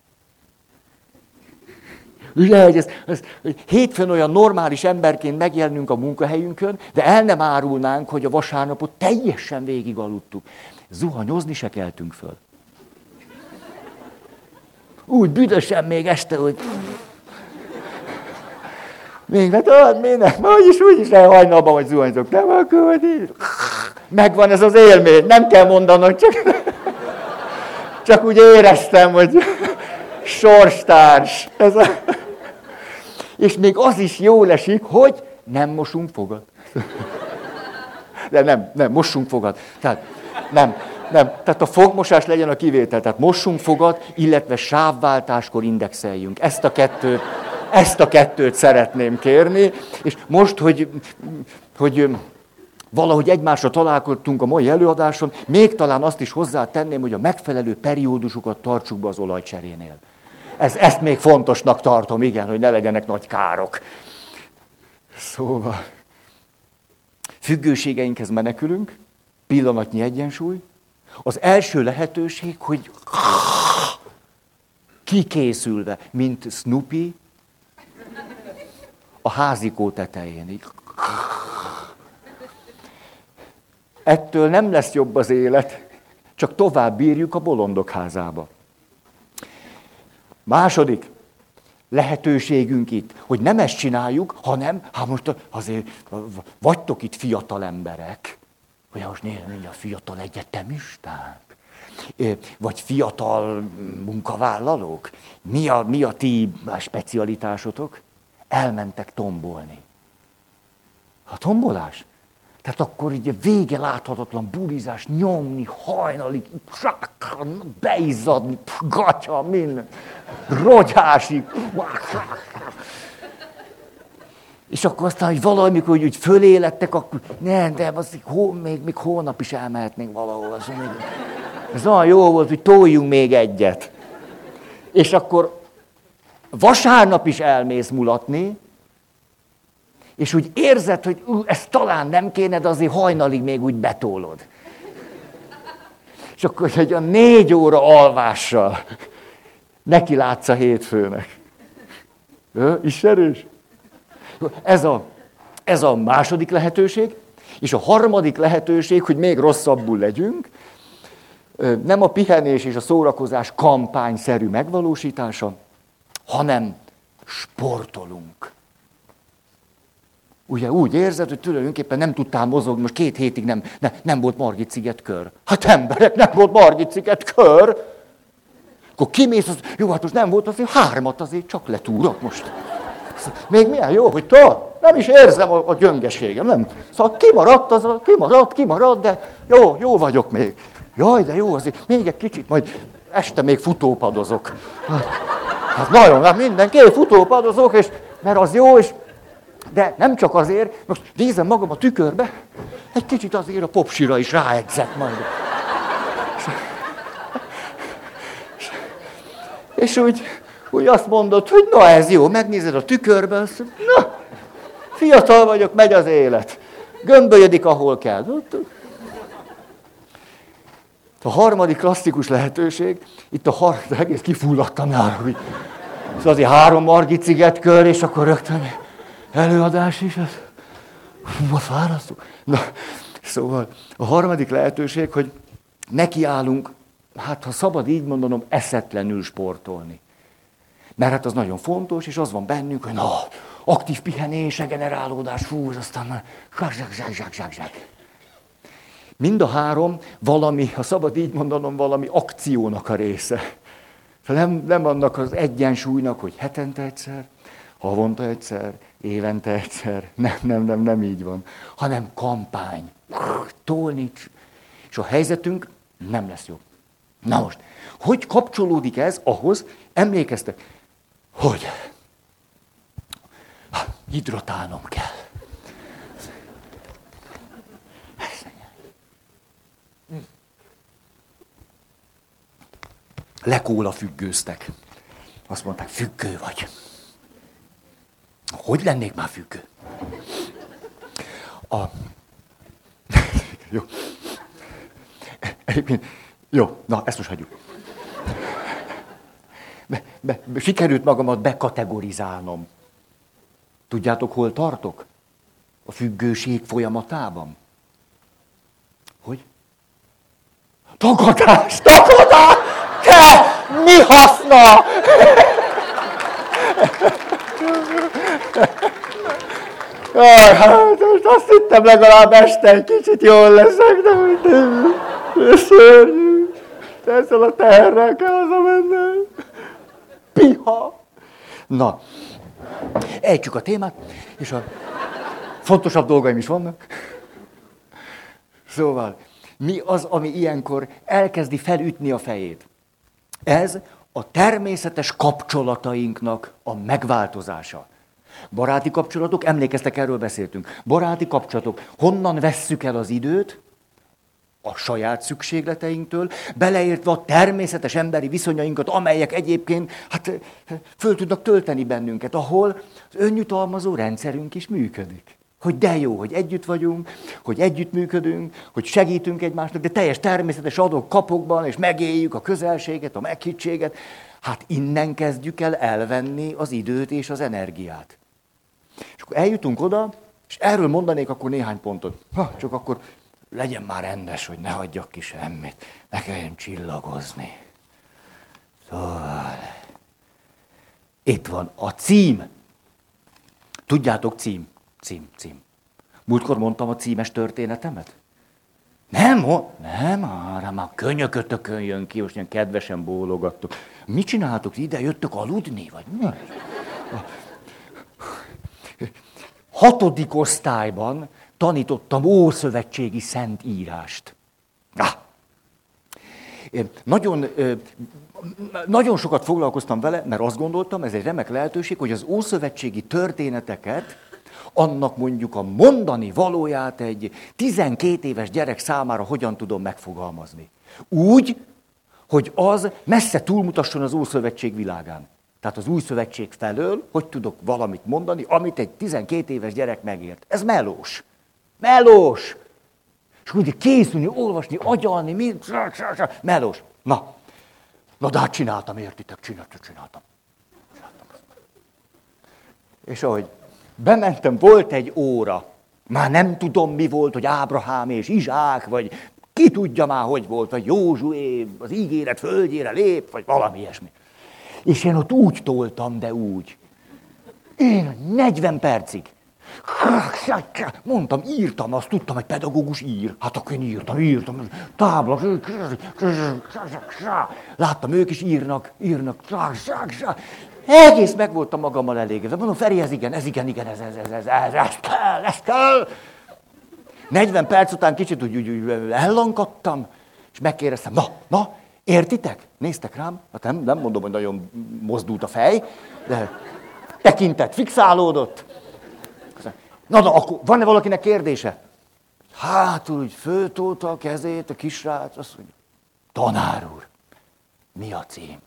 Ugye, hogy, ez, ez, hogy hétfőn olyan normális emberként megjelenünk a munkahelyünkön, de el nem árulnánk, hogy a vasárnapot teljesen végigaludtuk. Zuhanyozni se keltünk föl. Úgy büdösen még este, hogy... Még ne tudod, még nem, úgyis, úgyis hajnalban vagy zuhanyzok. Nem akkor, így. Megvan ez az élmény, nem kell mondanom, csak, csak úgy éreztem, hogy sorstárs. Ez a... És még az is jól esik, hogy nem mosunk fogat. De nem, nem, mossunk fogat. Tehát nem, nem. Tehát a fogmosás legyen a kivétel. Tehát mossunk fogat, illetve sávváltáskor indexeljünk. Ezt a kettőt, ezt a kettőt szeretném kérni. És most, hogy, hogy valahogy egymásra találkoztunk a mai előadáson, még talán azt is hozzátenném, hogy a megfelelő periódusokat tartsuk be az olajcserénél. Ez, ezt még fontosnak tartom, igen, hogy ne legyenek nagy károk. Szóval, függőségeinkhez menekülünk, pillanatnyi egyensúly. Az első lehetőség, hogy kikészülve, mint Snoopy, a házikó tetején. Így. Ettől nem lesz jobb az élet, csak tovább bírjuk a bolondok házába. Második lehetőségünk itt, hogy nem ezt csináljuk, hanem, hát most azért vagytok itt fiatal emberek, hogy most nézd, a fiatal egyetemisták, vagy fiatal munkavállalók. Mi a, mi a ti specialitásotok? Elmentek tombolni. A tombolás? Tehát akkor így vége láthatatlan bulizás, nyomni, hajnalig, beizzadni, gatya, minden, rogyásig. És akkor aztán, hogy valamikor úgy fölélettek, akkor nem, de az, hó, még, még hónap is elmehetnénk valahol. Ez olyan jó volt, hogy toljunk még egyet. És akkor vasárnap is elmész mulatni, és úgy érzed, hogy ú, ezt talán nem kéne, de azért hajnalig még úgy betólod. És akkor, hogy a négy óra alvással neki látsz a hétfőnek. Ismerős? Ez a, ez a második lehetőség, és a harmadik lehetőség, hogy még rosszabbul legyünk, nem a pihenés és a szórakozás kampányszerű megvalósítása, hanem sportolunk. Ugye úgy érzed, hogy tulajdonképpen nem tudtál mozogni, most két hétig nem, ne, nem volt Margit-sziget kör. Hát emberek, nem volt Margit-sziget kör. Akkor kimész, az, jó, hát most nem volt, azért hármat azért csak letúrok most. Még milyen jó, hogy tudod, nem is érzem a, a gyöngeségem, nem. Szóval kimaradt, az, kimaradt, kimaradt, de jó, jó vagyok még. Jaj, de jó, azért még egy kicsit, majd este még futópadozok. Hát, hát nagyon, hát mindenki futópadozok, és, mert az jó, és de nem csak azért, most nézem magam a tükörbe, egy kicsit azért a popsira is ráedzek majd. És úgy, úgy azt mondod, hogy na ez jó, megnézed a tükörbe, azt mondod, na, fiatal vagyok, megy az élet. Gömbölyödik, ahol kell. A harmadik klasszikus lehetőség, itt a har... egész kifulladtam már, hogy szóval azért három Margit-sziget kör, és akkor rögtön előadás is, ez ma fárasztó. Na, szóval a harmadik lehetőség, hogy nekiállunk, hát ha szabad így mondanom, eszetlenül sportolni. Mert hát az nagyon fontos, és az van bennünk, hogy na, aktív pihenés, regenerálódás, fú, az aztán már zsák, zsák, zsák, zsák, zsák, zsák. Mind a három valami, ha szabad így mondanom, valami akciónak a része. Nem, nem annak az egyensúlynak, hogy hetente egyszer, Havonta egyszer, évente egyszer. Nem, nem, nem, nem így van. Hanem kampány. Tolni. És a helyzetünk nem lesz jó. Na most, hogy kapcsolódik ez ahhoz, emlékeztek, hogy hidratálnom kell. Lekóla függőztek. Azt mondták, függő vagy. Hogy lennék már függő? A... Jó. Jó, na, ezt most hagyjuk. Be, be, be, sikerült magamat bekategorizálnom. Tudjátok, hol tartok? A függőség folyamatában. Hogy? Tagadás! Tagadás! Te! Mi haszna? Jaj, hát most azt hittem legalább este egy kicsit jól leszek, de hogy szörnyű. Ezzel a teherrel kell hazamennem. Piha! Na, ejtsük a témát, és a fontosabb dolgaim is vannak. Szóval, mi az, ami ilyenkor elkezdi felütni a fejét? Ez a természetes kapcsolatainknak a megváltozása. Baráti kapcsolatok, emlékeztek, erről beszéltünk. Baráti kapcsolatok, honnan vesszük el az időt? A saját szükségleteinktől, beleértve a természetes emberi viszonyainkat, amelyek egyébként hát, föl tudnak tölteni bennünket, ahol az önjutalmazó rendszerünk is működik. Hogy de jó, hogy együtt vagyunk, hogy együtt működünk, hogy segítünk egymásnak, de teljes természetes adok-kapokban, és megéljük a közelséget, a meghittséget. Hát innen kezdjük el elvenni az időt és az energiát. És akkor eljutunk oda, és erről mondanék akkor néhány pontot. Ha, csak akkor legyen már rendes, hogy ne hagyjak ki semmit. Ne kelljen csillagozni. Szóval... Itt van a cím. Tudjátok, cím. Cím, cím. Múltkor mondtam a címes történetemet? Nem, nem, már, már könyökötökön jön ki, most ilyen kedvesen bólogattok. Mit csináltok? Ide jöttök aludni? Vagy mi? Hatodik osztályban tanítottam ószövetségi szentírást. Ah. Nagyon, nagyon sokat foglalkoztam vele, mert azt gondoltam, ez egy remek lehetőség, hogy az ószövetségi történeteket, annak mondjuk a mondani valóját egy tizenkét éves gyerek számára hogyan tudom megfogalmazni. Úgy, hogy az messze túlmutasson az Ószövetség világán. Tehát az Új Szövetség felől, hogy tudok valamit mondani, amit egy tizenkét éves gyerek megért. Ez melós. Melós! És úgy készülni, olvasni, agyalni, mind, melós. Na, na de hát csináltam, értitek, csináltam, csináltam. csináltam. És ahogy bementem, volt egy óra. Már nem tudom, mi volt, hogy Ábrahám és Izsák, vagy ki tudja már, hogy volt, vagy Józsué az ígéret földjére lép, vagy valami ilyesmi. És én ott úgy toltam, de úgy. Én negyven percig. Mondtam, írtam, azt tudtam, hogy pedagógus ír. Hát akkor én írtam, írtam. Tábla. Láttam, ők is írnak, írnak. Egész meg voltam magammal elégedve. Mondom, Feri, ez igen, ez igen, igen, ez, ez, ez, ez, ez, ez kell, ez kell. negyven perc után kicsit úgy, úgy, úgy ellankadtam, és megkérdeztem, na, na, értitek? Néztek rám, hát nem, nem mondom, hogy nagyon mozdult a fej, de tekintet fixálódott. Na, na, akkor van-e valakinek kérdése? Hát úgy föltolta a kezét a kisrác, azt mondja, tanár úr, mi a cím?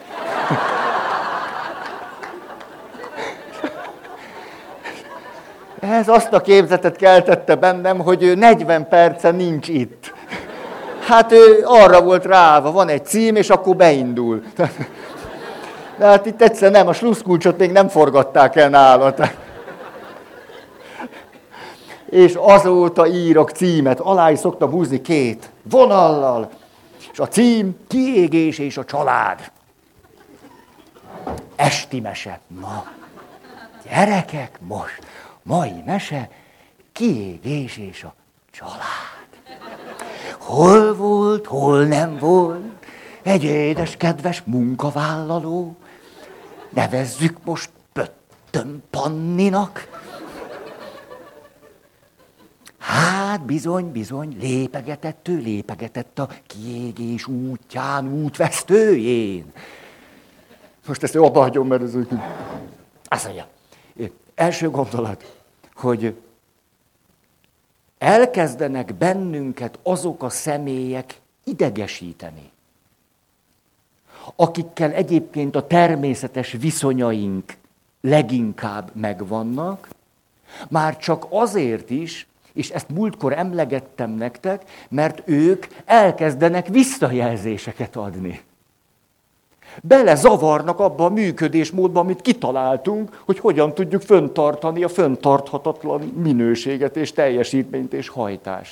Ez azt a képzetet keltette bennem, hogy ő negyven perce nincs itt. Hát ő arra volt ráva, van egy cím, és akkor beindul. De hát itt egyszer nem, a slusszkulcsot még nem forgatták el nála. És azóta írok címet, alá is szoktam húzni két vonallal. És a cím Kiégés és a család. Esti mese. Ma. Gyerekek, most. Mai mese, Kiégés és a család. Hol volt, hol nem volt egy édes, kedves munkavállaló, nevezzük most Pötty. Panninak. Hát bizony, bizony, lépegetett ő, lépegetett a kiégés útján, útvesztőjén. Most ezt abba hagyom, mert ez úgy... Azt mondja, első gondolat, hogy elkezdenek bennünket azok a személyek idegesíteni, akikkel egyébként a természetes viszonyaink leginkább megvannak, már csak azért is, és ezt múltkor emlegettem nektek, mert ők elkezdenek visszajelzéseket adni. Belezavarnak abba a működésmódba, amit kitaláltunk, hogy hogyan tudjuk föntartani a föntarthatatlan minőséget és teljesítményt és hajtást.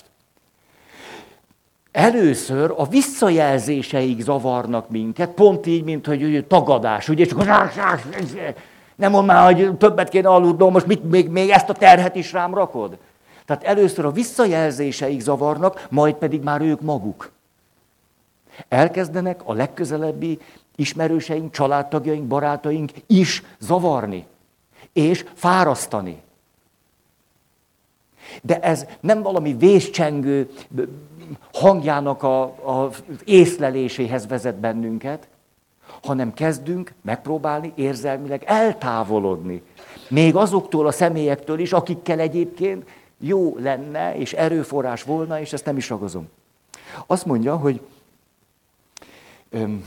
Először a visszajelzéseik zavarnak minket, pont így, mint hogy tagadás, ugye, csak nem mondd már, hogy többet kéne aludnom, most mit, még, még ezt a terhet is rám rakod? Tehát először a visszajelzéseik zavarnak, majd pedig már ők maguk. Elkezdenek a legközelebbi ismerőseink, családtagjaink, barátaink is zavarni, és fárasztani. De ez nem valami vészcsengő hangjának a, a észleléséhez vezet bennünket, hanem kezdünk megpróbálni érzelmileg eltávolodni. Még azoktól a személyektől is, akikkel egyébként jó lenne, és erőforrás volna, és ezt nem is ragozom. Azt mondja, hogy, öm,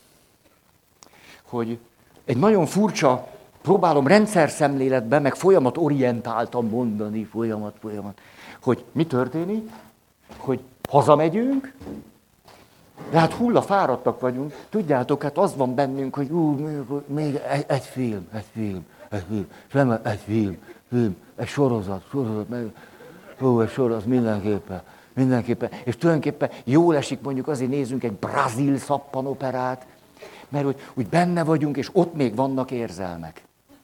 hogy egy nagyon furcsa, próbálom rendszer szemléletben, meg folyamat orientáltan mondani, folyamat, folyamat, hogy mi történik, hogy hazamegyünk, de hát hullafáradtak vagyunk. Tudjátok, hát az van bennünk, hogy ú, még egy, egy film, egy film, egy film, sem, egy film, film, egy sorozat, sorozat, meg, ó, egy sorozat, mindenképpen, mindenképpen. És tulajdonképpen jól esik, mondjuk azért nézzünk egy brazil szappanoperát, mert hogy úgy benne vagyunk, és ott még vannak érzelmek.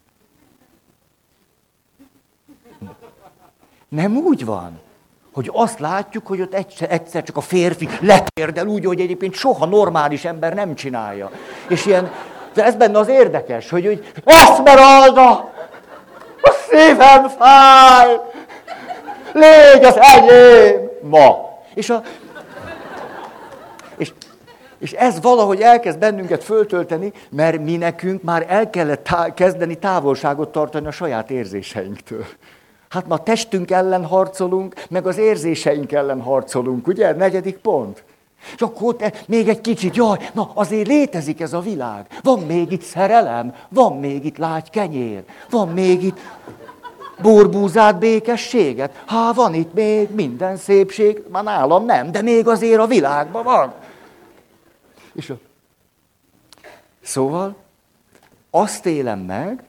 Nem úgy van, hogy azt látjuk, hogy ott egyszer, egyszer csak a férfi letérdel úgy, hogy egyébként soha normális ember nem csinálja. És ilyen, de ez benne az érdekes, hogy, hogy Esmeralda, a szívem fáj, légy az enyém ma. És, a, és, és ez valahogy elkezd bennünket föltölteni, mert mi nekünk már el kellett tá- kezdeni távolságot tartani a saját érzéseinktől. Hát ma a testünk ellen harcolunk, meg az érzéseink ellen harcolunk, ugye? Negyedik pont. És akkor te, még egy kicsit, jaj, na azért létezik ez a világ. Van még itt szerelem, van még itt lágy kenyér, van még itt borbúzát, békességet. Há, van itt még minden szépség, már nálam nem, de még azért a világban van. És a... Szóval azt élem meg,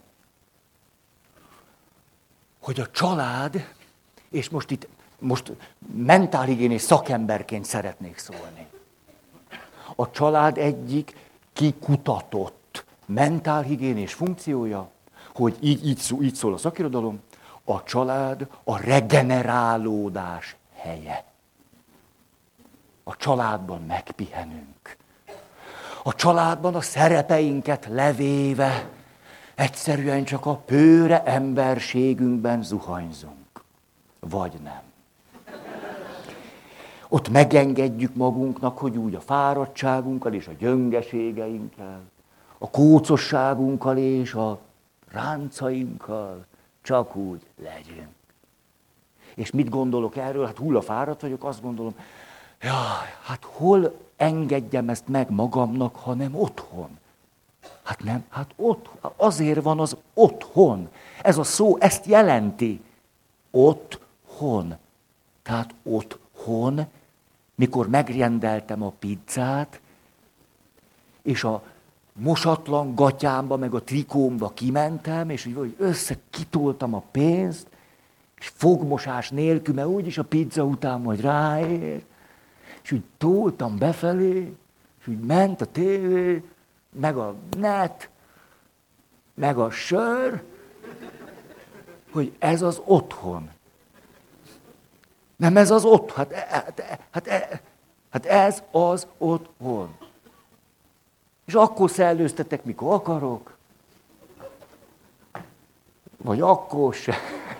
hogy a család, és most itt most mentálhigiénés szakemberként szeretnék szólni. A család egyik kikutatott mentálhigiénés funkciója, hogy így, így, szól, így szól a szakirodalom, a család a regenerálódás helye. A családban megpihenünk. A családban a szerepeinket levéve, egyszerűen csak a pőre emberségünkben zuhanyzunk. Vagy nem. Ott megengedjük magunknak, hogy úgy a fáradtságunkkal és a gyöngeségeinkkel, a kócosságunkkal és a ráncainkkal csak úgy legyünk. És mit gondolok erről? Hát hullafáradt vagyok, azt gondolom, jaj, hát hol engedjem ezt meg magamnak, hanem otthon. Hát nem, hát otthon. Azért van az otthon. Ez a szó ezt jelenti. Otthon. Tehát otthon, mikor megrendeltem a pizzát, és a mosatlan gatyámba, meg a trikómba kimentem, és úgy összekitoltam a pénzt, és fogmosás nélkül, mert úgyis a pizza után majd ráér, és úgy toltam befelé, és úgy ment a tévé, meg a net, meg a sör, hogy ez az otthon. Nem ez az otthon, hát, hát, hát, hát ez az otthon. És akkor szellőztetek, mikor akarok. Vagy akkor se.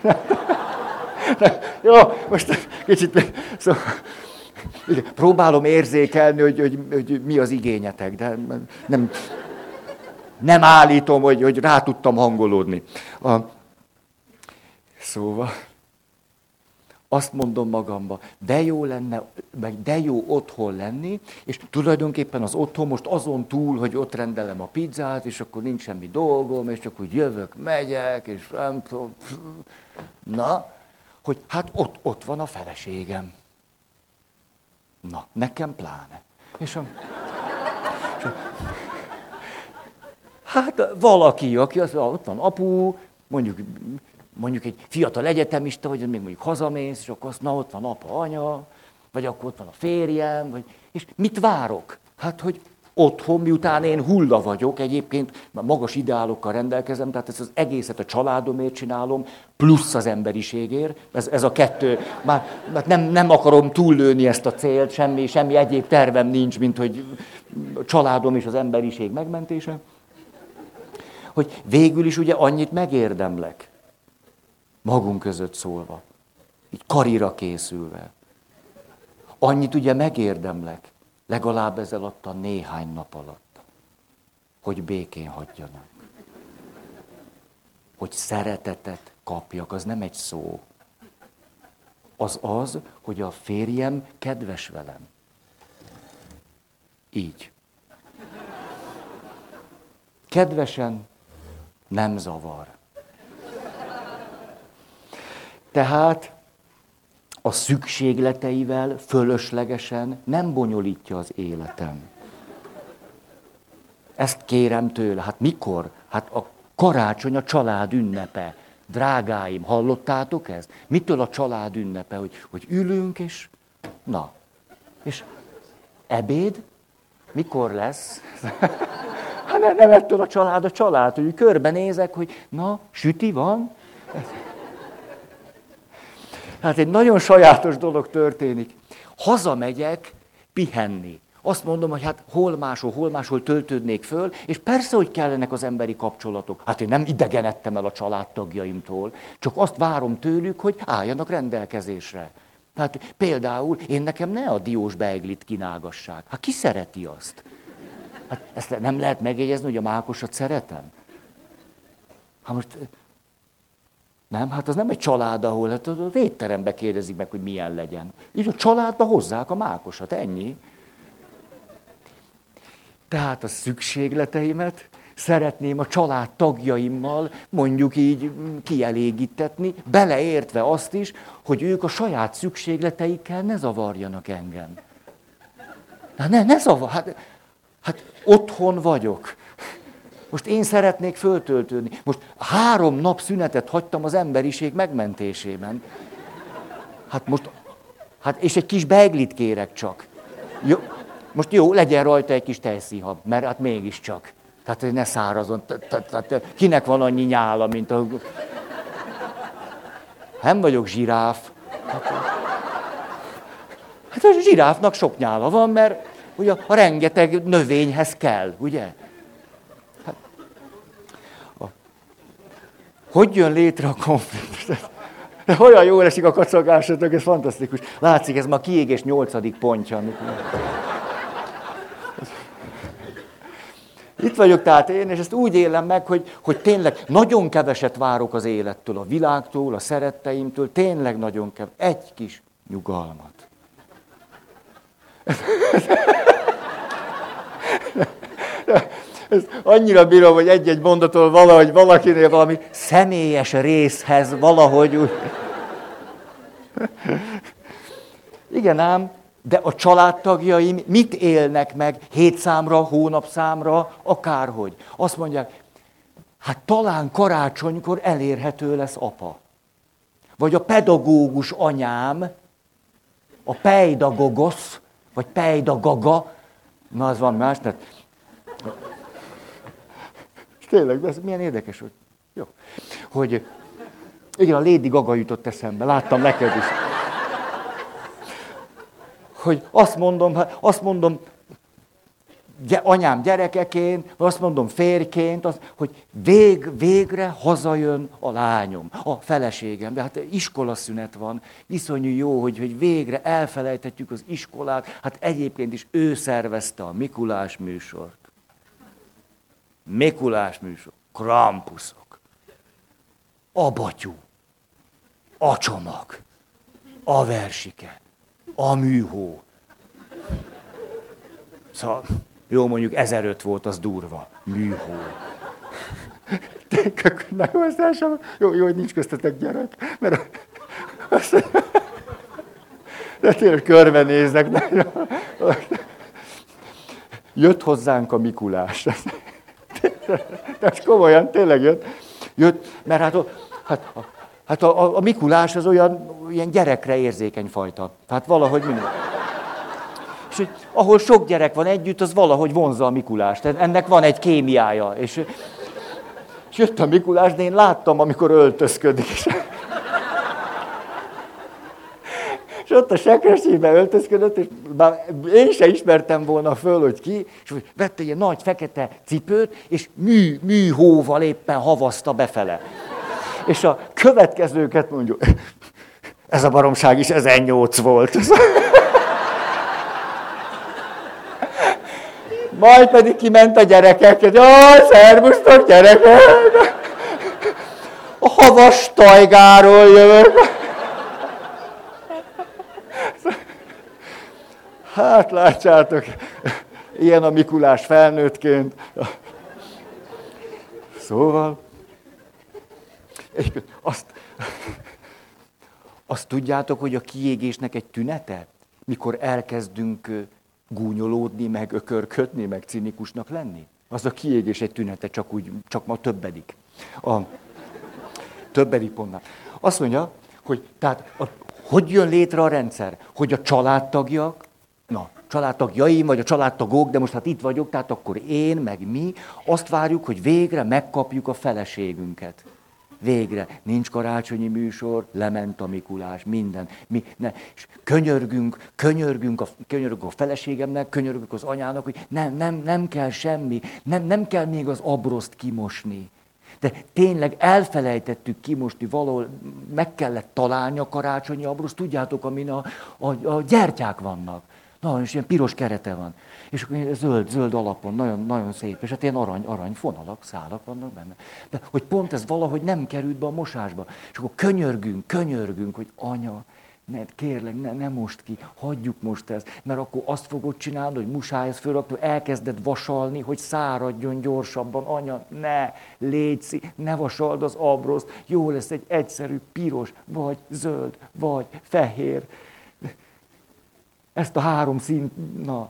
Jó, most kicsit szóval, próbálom érzékelni, hogy, hogy, hogy mi az igényetek, de nem, nem állítom, hogy, hogy rá tudtam hangolódni. A, szóval azt mondom magamba, de jó lenne, meg de jó otthon lenni, és tulajdonképpen az otthon most azon túl, hogy ott rendelem a pizzát, és akkor nincs semmi dolgom, és csak úgy jövök, megyek, és nem tudom. Na, hogy hát ott, ott van a feleségem. Na, nekem pláne. És a, és a, hát valaki, aki az, ott van apu, mondjuk, mondjuk egy fiatal egyetemista, vagy még mondjuk hazamész, és akkor azt, na ott van apa, anya, vagy akkor ott van a férjem, vagy, és mit várok? Hát, hogy otthon, miután én hulla vagyok, egyébként magas ideálokkal rendelkezem, tehát ezt az egészet a családomért csinálom, plusz az emberiségért. Ez, ez a kettő. Már, már nem, nem akarom túllőni ezt a célt, semmi, semmi egyéb tervem nincs, mint hogy a családom és az emberiség megmentése. Hogy végül is ugye annyit megérdemlek, magunk között szólva, így karira készülve. Annyit ugye megérdemlek, legalább ez alatt a néhány nap alatt, hogy békén hagyjanak. Hogy szeretetet kapjak, az nem egy szó. Az az, hogy a férjem kedves velem. Így. Kedvesen nem zavar. Tehát a szükségleteivel fölöslegesen nem bonyolítja az életem. Ezt kérem tőle. Hát mikor? Hát a karácsony a család ünnepe. Drágáim, hallottátok ezt? Mitől a család ünnepe? Hogy, hogy ülünk, és na. És ebéd? Mikor lesz? Hát nem ettől a család a család, hogy körbenézek, hogy na, süti van? Hát egy nagyon sajátos dolog történik. Hazamegyek pihenni. Azt mondom, hogy hát hol máshol, hol máshol töltődnék föl, és persze, hogy kellenek az emberi kapcsolatok. Hát én nem idegenedtem el a családtagjaimtól, csak azt várom tőlük, hogy álljanak rendelkezésre. Hát például én nekem ne a diós beiglit kínálgassák. Hát ki szereti azt? Hát ezt nem lehet megjegyezni, hogy a mákosat szeretem? Hát most... Nem, hát az nem egy család, ahol hát az étterembe kérdezik meg, hogy milyen legyen. Így a családba hozzák a mákosat, ennyi. Tehát a szükségleteimet szeretném a család tagjaimmal mondjuk így kielégítetni, beleértve azt is, hogy ők a saját szükségleteikkel ne zavarjanak engem. Na, ne, ne zavar, hát, hát otthon vagyok. Most én szeretnék föltöltődni. Most három nap szünetet hagytam az emberiség megmentésében. Hát most, hát és egy kis beiglit kérek csak. Jó, most jó, legyen rajta egy kis tejszínhab, mert hát mégiscsak. Tehát ne szárazon. Tehát kinek van annyi nyála, mint a... Nem vagyok zsiráf. Hát a zsiráfnak sok nyála van, mert ugye a rengeteg növényhez kell, ugye? Hogy jön létre a konfliktus? Olyan jól esik a kacagásotok, ez fantasztikus. Látszik, ez ma a kiégés nyolcadik pontja. Itt vagyok tehát én, és ezt úgy élem meg, hogy, hogy tényleg nagyon keveset várok az élettől, a világtól, a szeretteimtől, tényleg nagyon keveset. Egy kis nyugalmat. Ezt annyira bírom, hogy egy-egy mondatól valahogy valakinél valami személyes részhez valahogy úgy. Igen ám, de a családtagjaim mit élnek meg hétszámra, hónapszámra, akárhogy. Azt mondják, hát talán karácsonykor elérhető lesz apa. Vagy a pedagógus anyám, a pejdagogosz, vagy pejdagaga, na az van más, tehát... Tényleg, de ez milyen érdekes, hogy... Jó. Hogy... Igen, a Lady Gaga jutott eszembe, láttam neked is. Hogy azt mondom, azt mondom, anyám gyerekeként, azt mondom férjként, az, hogy vég, végre hazajön a lányom, a feleségem. De hát iskolaszünet van, iszonyú jó, hogy, hogy végre elfelejthetjük az iskolát. Hát egyébként is ő szervezte a Mikulás műsort. Mikulás műsor, Krampuszok, a batyú, a csomag, a versike, a műhó. Szóval, jó, mondjuk ezeröt volt, az durva. Műhó. Na jó, aztán jó, jó, hogy nincs köztetek gyerek, mert azt, de tényleg körbenéznek. Jött hozzánk a Mikulás. Tehát komolyan, tényleg jött. Jött, mert hát, hát, hát a, a, a Mikulás az olyan ilyen gyerekre érzékeny fajta. Tehát valahogy minden. És hogy ahol sok gyerek van együtt, az valahogy vonzza a Mikulást. Tehát ennek van egy kémiája. És, és jött a Mikulás, de én láttam, amikor öltözködik. És, és ott a sekresébe öltözködött, és már én se ismertem volna föl, hogy ki, és vette egy nagy fekete cipőt, és mű, műhóval éppen havazta befele. És a következőket mondjuk, ez a baromság is ezernyolc volt. Majd pedig kiment a gyerekek, jaj, szervusztok gyerekek! A havas tajgáról jövök. Hát látjátok, ilyen a Mikulás felnőttként. Szóval, azt, azt tudjátok, hogy a kiégésnek egy tünete, mikor elkezdünk gúnyolódni, meg ökörködni, meg cinikusnak lenni? Az a kiégés egy tünete, csak úgy, csak ma többedik. A többedik pontnál. Azt mondja, hogy tehát, a, hogy jön létre a rendszer? Hogy a családtagjak, na, családtagjaim, vagy a családtagok, de most hát itt vagyok, tehát akkor én, meg mi, azt várjuk, hogy végre megkapjuk a feleségünket. Végre. Nincs karácsonyi műsor, lement a Mikulás, minden. Mi, ne. És könyörgünk, könyörgünk a, könyörgünk a feleségemnek, könyörgünk az anyának, hogy nem, nem, nem kell semmi, nem, nem kell még az abroszt kimosni. De tényleg elfelejtettük kimosni, valahol meg kellett találni a karácsonyi abroszt, tudjátok, amin a, a, a gyertyák vannak. Na, és ilyen piros kerete van. És akkor zöld, zöld alapon, nagyon, nagyon szép. És hát ilyen arany, arany fonalak, szálak vannak benne. De hogy pont ez valahogy nem került be a mosásba. És akkor könyörgünk, könyörgünk, hogy anya, ne, kérlek, ne, ne most ki, hagyjuk most ezt. Mert akkor azt fogod csinálni, hogy muszáj ezt fölrakni, elkezded vasalni, hogy száradjon gyorsabban. Anya, ne, légy, ne vasald az abroszt. Jó lesz egy egyszerű piros, vagy zöld, vagy fehér. Ezt a három színt, na,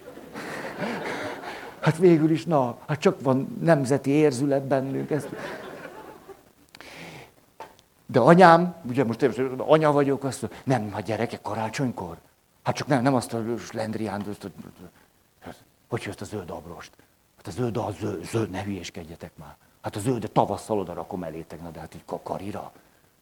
hát végül is, na, hát csak van nemzeti érzület bennünk. Ezt. De anyám, ugye most én anya vagyok, azt mondja, nem, hát gyerekek, karácsonykor. Hát csak nem, nem azt a slendriánt, azt, hogy jött a zöld abrost. Hát a zöld, a zöld, zöld, ne hülyéskedjetek már. Hát a zöldet tavasszal oda rakom elétek, na de hát így karira.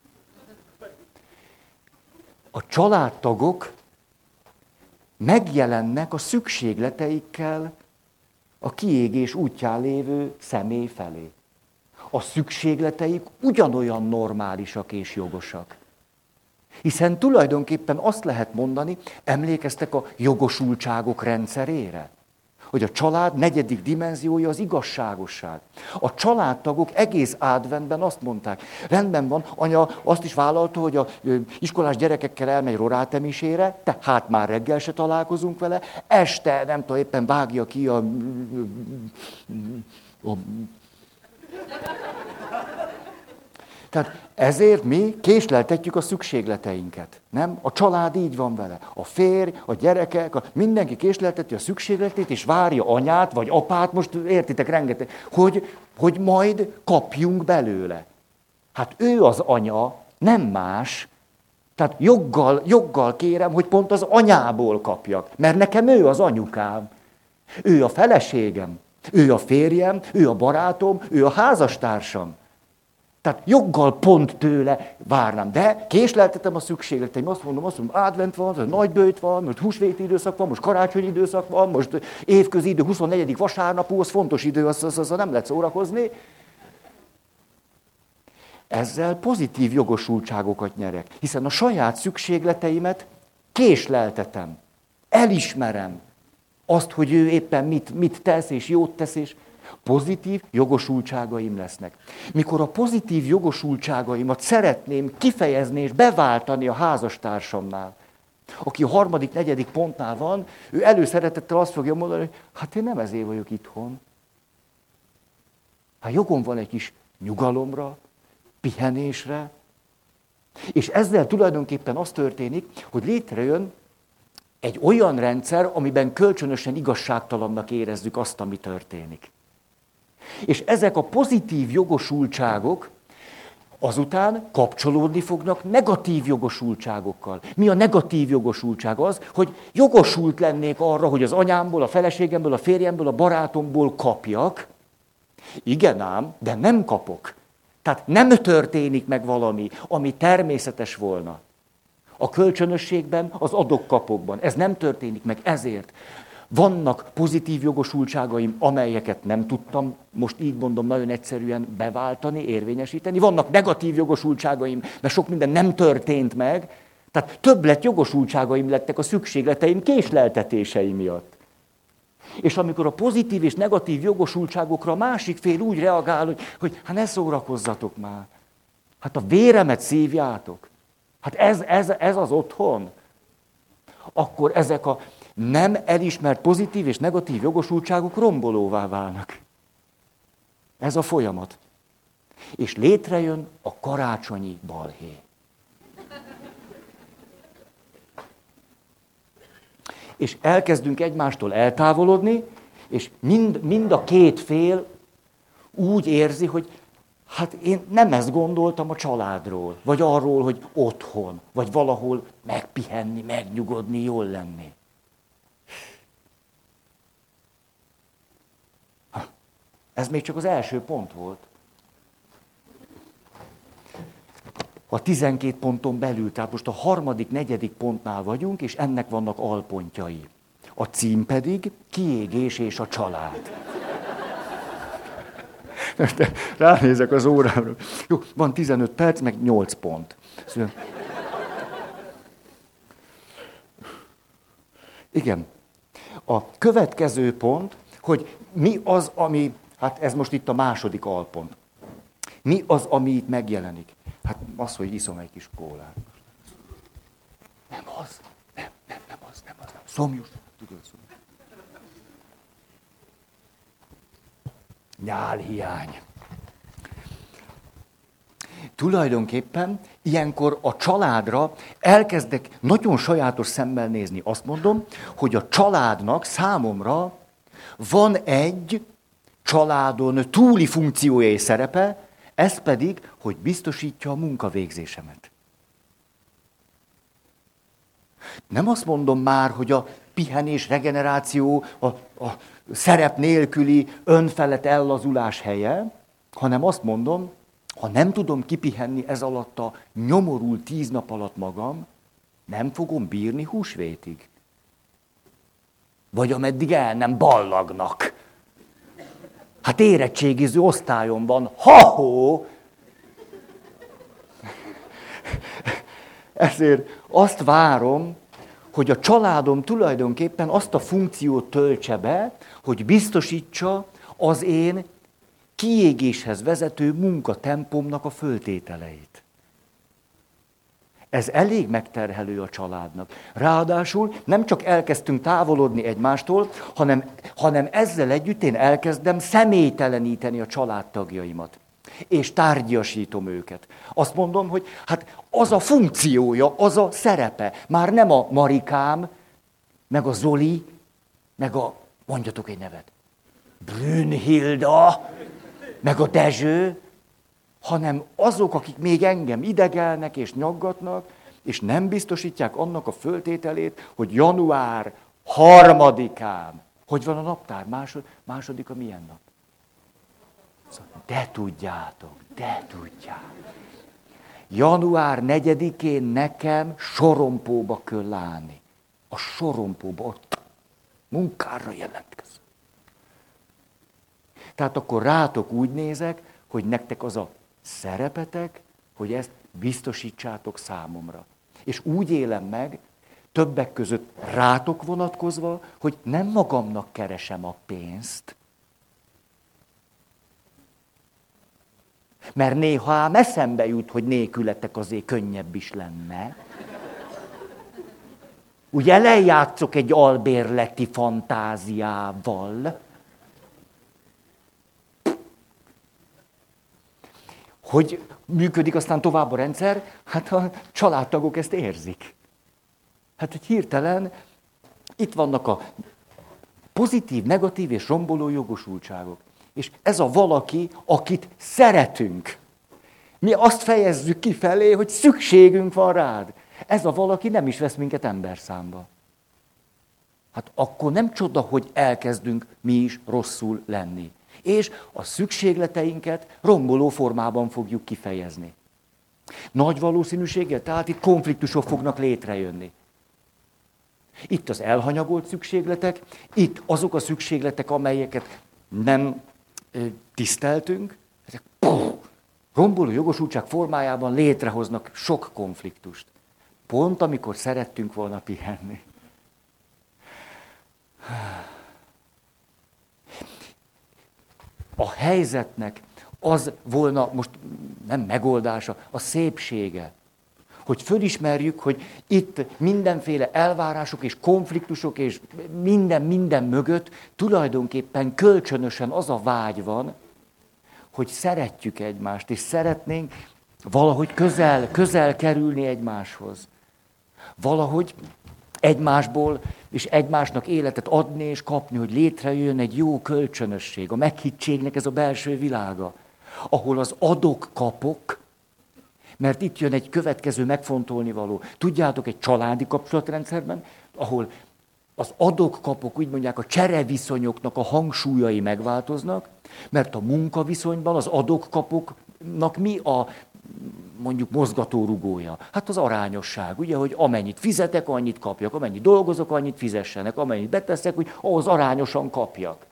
A családtagok megjelennek a szükségleteikkel a kiégés útján lévő személy felé. A szükségleteik ugyanolyan normálisak és jogosak. Hiszen tulajdonképpen azt lehet mondani, emlékeztek a jogosultságok rendszerére? Hogy a család negyedik dimenziója az igazságosság. A családtagok egész adventben azt mondták, rendben van, anya azt is vállalta, hogy a iskolás gyerekekkel elmegy rorátemisére, tehát már reggel se találkozunk vele, este nem tudom, éppen vágja ki a... a... Tehát ezért mi késleltetjük a szükségleteinket, nem? A család így van vele. A férj, a gyerekek, a, mindenki késlelteti a szükségletét, és várja anyát, vagy apát, most értitek rengeteg, hogy, hogy majd kapjunk belőle. Hát ő az anya, nem más. Tehát joggal, joggal kérem, hogy pont az anyából kapjak, mert nekem ő az anyukám. Ő a feleségem, ő a férjem, ő a barátom, ő a házastársam. Tehát joggal pont tőle várnám, de késleltetem a szükségleteim. Azt mondom, azt mondom, advent van, nagy bőjt van, most húsvéti időszak van, most karácsonyi időszak van, most évközi idő, huszonnegyedik vasárnap, az fontos idő, az, az, az nem lehet szórakozni. Ezzel pozitív jogosultságokat nyerek, hiszen a saját szükségleteimet késleltetem, elismerem azt, hogy ő éppen mit, mit tesz, és jót tesz, és pozitív jogosultságaim lesznek. Mikor a pozitív jogosultságaimat szeretném kifejezni és beváltani a házastársamnál, aki a harmadik, negyedik pontnál van, ő előszeretettel azt fogja mondani, hogy hát én nem ezért vagyok itthon. Hát jogom van egy kis nyugalomra, pihenésre, és ezzel tulajdonképpen az történik, hogy létrejön egy olyan rendszer, amiben kölcsönösen igazságtalannak érezzük azt, ami történik. És ezek a pozitív jogosultságok azután kapcsolódni fognak negatív jogosultságokkal. Mi a negatív jogosultság? Az, hogy jogosult lennék arra, hogy az anyámból, a feleségemből, a férjemből, a barátomból kapjak. Igen ám, de nem kapok. Tehát nem történik meg valami, ami természetes volna. A kölcsönösségben, az adok-kapokban. Ez nem történik meg, ezért. Vannak pozitív jogosultságaim, amelyeket nem tudtam, most így mondom nagyon egyszerűen beváltani, érvényesíteni. Vannak negatív jogosultságaim, mert sok minden nem történt meg. Tehát többlet jogosultságaim lettek a szükségleteim késleltetései miatt. És amikor a pozitív és negatív jogosultságokra a másik fél úgy reagál, hogy, hogy hát ne szórakozzatok már. Hát a véremet szívjátok. Hát ez, ez, ez az otthon. Akkor ezek a nem elismert pozitív és negatív jogosultságok rombolóvá válnak. Ez a folyamat. És létrejön a karácsonyi balhé. És elkezdünk egymástól eltávolodni, és mind, mind a két fél úgy érzi, hogy hát én nem ezt gondoltam a családról, vagy arról, hogy otthon, vagy valahol megpihenni, megnyugodni, jól lenni. Ez még csak az első pont volt. A tizenkét ponton belül, tehát most a harmadik, negyedik pontnál vagyunk, és ennek vannak alpontjai. A cím pedig kiégés és a család. De ránézek az órámra. Jó, van tizenöt perc, meg nyolc pont. Igen. A következő pont, hogy mi az, ami, hát ez most itt a második alpont. Mi az, ami itt megjelenik? Hát az, hogy iszom egy kis kólát. Nem az, nem, nem, nem az, nem az. Nem. Szomjus, tudod, szomjus. Nyálhiány. Tulajdonképpen ilyenkor a családra elkezdek nagyon sajátos szemmel nézni. Azt mondom, hogy a családnak számomra van egy családon túli funkciója és szerepe, ez pedig, hogy biztosítja a munkavégzésemet. Nem azt mondom már, hogy a pihenés, regeneráció, a, a szerep nélküli önfelett ellazulás helye, hanem azt mondom, ha nem tudom kipihenni ez alatt a nyomorult tíz nap alatt magam, nem fogom bírni húsvétig. Vagy ameddig el nem ballagnak. Hát érettségiző osztályon van, ha-hó! Ezért azt várom, hogy a családom tulajdonképpen azt a funkciót töltse be, hogy biztosítsa az én kiégéshez vezető munkatempomnak a föltételeit. Ez elég megterhelő a családnak. Ráadásul nem csak elkezdtünk távolodni egymástól, hanem, hanem ezzel együtt én elkezdem személyteleníteni a családtagjaimat. És tárgyasítom őket. Azt mondom, hogy hát az a funkciója, az a szerepe. Már nem a Marikám, meg a Zoli, meg a, mondjatok egy nevet, Brünnhilda, meg a Dezső, hanem azok, akik még engem idegelnek és nyaggatnak, és nem biztosítják annak a föltételét, hogy január harmadikán, hogy van a naptár, másod, második a milyen nap? De tudjátok, de tudjátok. január negyedikén nekem Sorompóba kell állni. A Sorompóba, ott munkára jelentkezem. Tehát akkor rátok úgy nézek, hogy nektek az a szerepetek, hogy ezt biztosítsátok számomra. És úgy élem meg, többek között rátok vonatkozva, hogy nem magamnak keresem a pénzt. Mert néha ám eszembe jut, hogy nélkületek azért könnyebb is lenne. Ugye lejátszok egy albérleti fantáziával. Hogy működik aztán tovább a rendszer? Hát a családtagok ezt érzik. Hát, hogy hirtelen itt vannak a pozitív, negatív és romboló jogosultságok. És ez a valaki, akit szeretünk. Mi azt fejezzük kifelé, hogy szükségünk van rád. Ez a valaki nem is vesz minket emberszámba. Hát akkor nem csoda, hogy elkezdünk mi is rosszul lenni. És a szükségleteinket romboló formában fogjuk kifejezni. Nagy valószínűséggel, tehát itt konfliktusok fognak létrejönni. Itt az elhanyagolt szükségletek, itt azok a szükségletek, amelyeket nem tiszteltünk, ezek puh, romboló jogosultság formájában létrehoznak sok konfliktust. Pont amikor szerettünk volna pihenni. A helyzetnek az volna, most nem megoldása, a szépsége, hogy fölismerjük, hogy itt mindenféle elvárások és konfliktusok és minden, minden mögött tulajdonképpen kölcsönösen az a vágy van, hogy szeretjük egymást, és szeretnénk valahogy közel, közel kerülni egymáshoz. Valahogy egymásból és egymásnak életet adni és kapni, hogy létrejön egy jó kölcsönösség. A meghittségnek ez a belső világa, ahol az adok-kapok, mert itt jön egy következő megfontolni való. Tudjátok, egy családi kapcsolatrendszerben, ahol az adok-kapok, úgy mondják, a csereviszonyoknak a hangsúlyai megváltoznak, mert a munkaviszonyban az adok-kapoknak mi a mondjuk mozgatórugója? Hát az arányosság, ugye, hogy amennyit fizetek, annyit kapjak, amennyit dolgozok, annyit fizessenek, amennyit beteszek, hogy ahhoz arányosan kapjak.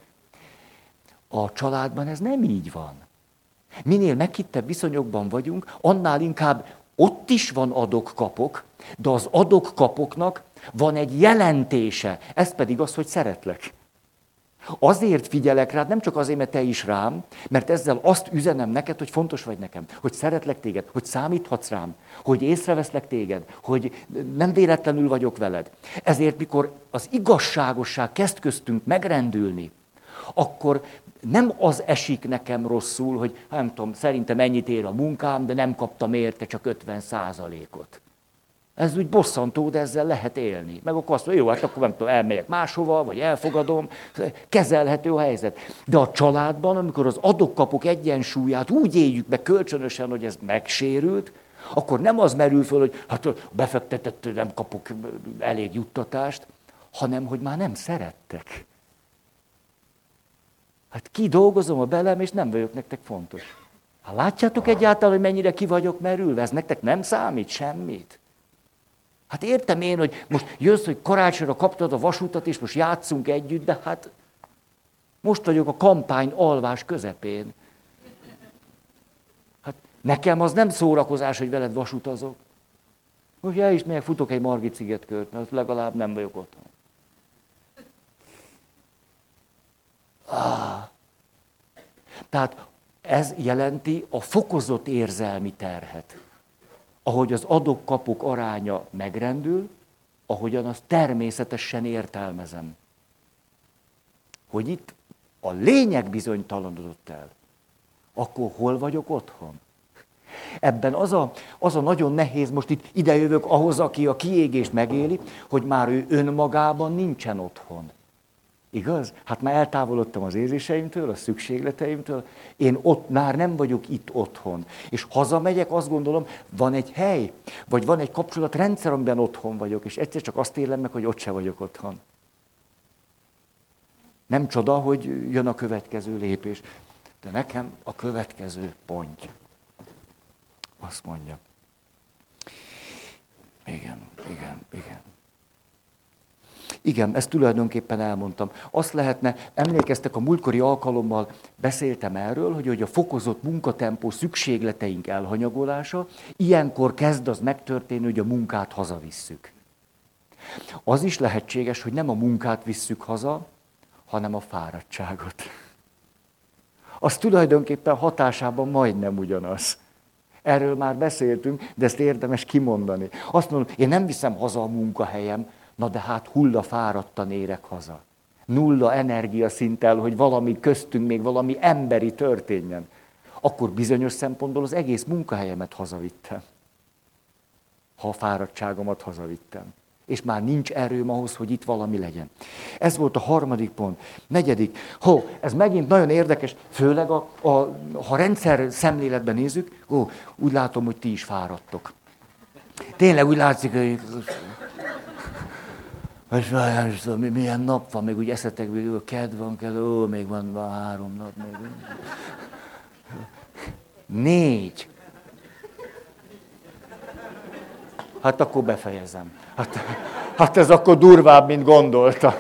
A családban ez nem így van. Minél meghittebb viszonyokban vagyunk, annál inkább ott is van adok-kapok, de az adok-kapoknak van egy jelentése, ez pedig az, hogy szeretlek. Azért figyelek rád, nem csak azért, mert te is rám, mert ezzel azt üzenem neked, hogy fontos vagy nekem, hogy szeretlek téged, hogy számíthatsz rám, hogy észreveszlek téged, hogy nem véletlenül vagyok veled. Ezért, mikor az igazságosság kezd köztünk megrendülni, akkor nem az esik nekem rosszul, hogy nem tudom, szerintem ennyit ér a munkám, de nem kaptam érte csak ötven százalékot. Ez úgy bosszantó, de ezzel lehet élni. Meg akkor azt mondja, jó, hát akkor nem tudom, elmegyek máshova, vagy elfogadom, kezelhető a helyzet. De a családban, amikor az adok-kapok egyensúlyát úgy éljük be kölcsönösen, hogy ez megsérült, akkor nem az merül föl, hogy hát befektetett, nem kapok elég juttatást, hanem hogy már nem szerettek. Hát kidolgozom a belem, és nem vagyok nektek fontos. Hát látjátok egyáltalán, hogy mennyire ki vagyok merülve? Ez nektek nem számít semmit? Hát értem én, hogy most jössz, hogy karácsonyra kaptad a vasútat, és most játszunk együtt, de hát most vagyok a kampány alvás közepén. Hát nekem az nem szórakozás, hogy veled vasutazok. Most el is megyek, futok egy Margit szigetkört, mert legalább nem vagyok otthon. Ah. Tehát ez jelenti a fokozott érzelmi terhet. Ahogy az adok-kapok aránya megrendül, ahogyan azt természetesen értelmezem. Hogy itt a lényeg bizonytalanodott el, akkor hol vagyok otthon? Ebben az a, az a nagyon nehéz, most itt idejövök ahhoz, aki a kiégést megéli, hogy már ő önmagában nincsen otthon. Igaz? Hát már eltávolodtam az érzéseimtől, a szükségleteimtől. Én ott már nem vagyok itt otthon. És hazamegyek, azt gondolom, van egy hely, vagy van egy kapcsolatrendszer, amiben otthon vagyok, és egyszer csak azt élem meg, hogy ott se vagyok otthon. Nem csoda, hogy jön a következő lépés. De nekem a következő pont. Azt mondja. Igen, igen, igen. Igen, ezt tulajdonképpen elmondtam. Azt lehetne, emlékeztek, a múltkori alkalommal beszéltem erről, hogy, hogy a fokozott munkatempó szükségleteink elhanyagolása, ilyenkor kezd az megtörténni, hogy a munkát hazavisszük. Az is lehetséges, hogy nem a munkát visszük haza, hanem a fáradtságot. Az tulajdonképpen hatásában majdnem ugyanaz. Erről már beszéltünk, de ezt érdemes kimondani. Azt mondom, én nem viszem haza a munkahelyem, na de hát hulla fáradtan érek haza. Nulla energiaszinttel, hogy valami köztünk még valami emberi történjen. Akkor bizonyos szempontból az egész munkahelyemet hazavittem. Ha a fáradtságomat hazavittem. És már nincs erőm ahhoz, hogy itt valami legyen. Ez volt a harmadik pont. Negyedik. Ho, ez megint nagyon érdekes, főleg a, a, ha rendszer szemléletben nézzük, ó, úgy látom, hogy ti is fáradtok. Tényleg úgy látszik, hogy... Most milyen nap van, még úgy eszetek, hogy kedd van, kell, ó, még van, van három nap. Még. Négy. Hát akkor befejezem. Hát, hát ez akkor durvább, mint gondoltam.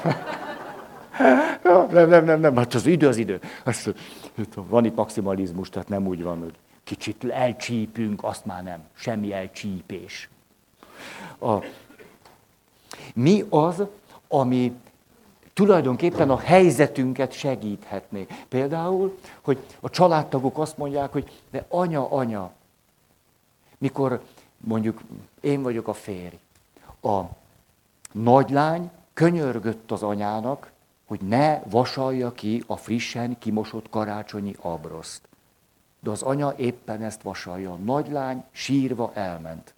Nem, nem, nem, nem, hát az idő az idő. Azt, van itt maximalizmus, tehát nem úgy van, hogy kicsit elcsípünk, azt már nem. Semmi elcsípés. A, mi az, ami tulajdonképpen a helyzetünket segíthetné? Például, hogy a családtagok azt mondják, hogy de anya, anya, mikor mondjuk én vagyok a férj, a nagylány könyörgött az anyának, hogy ne vasalja ki a frissen kimosott karácsonyi abroszt. De az anya éppen ezt vasalja. A nagylány sírva elment.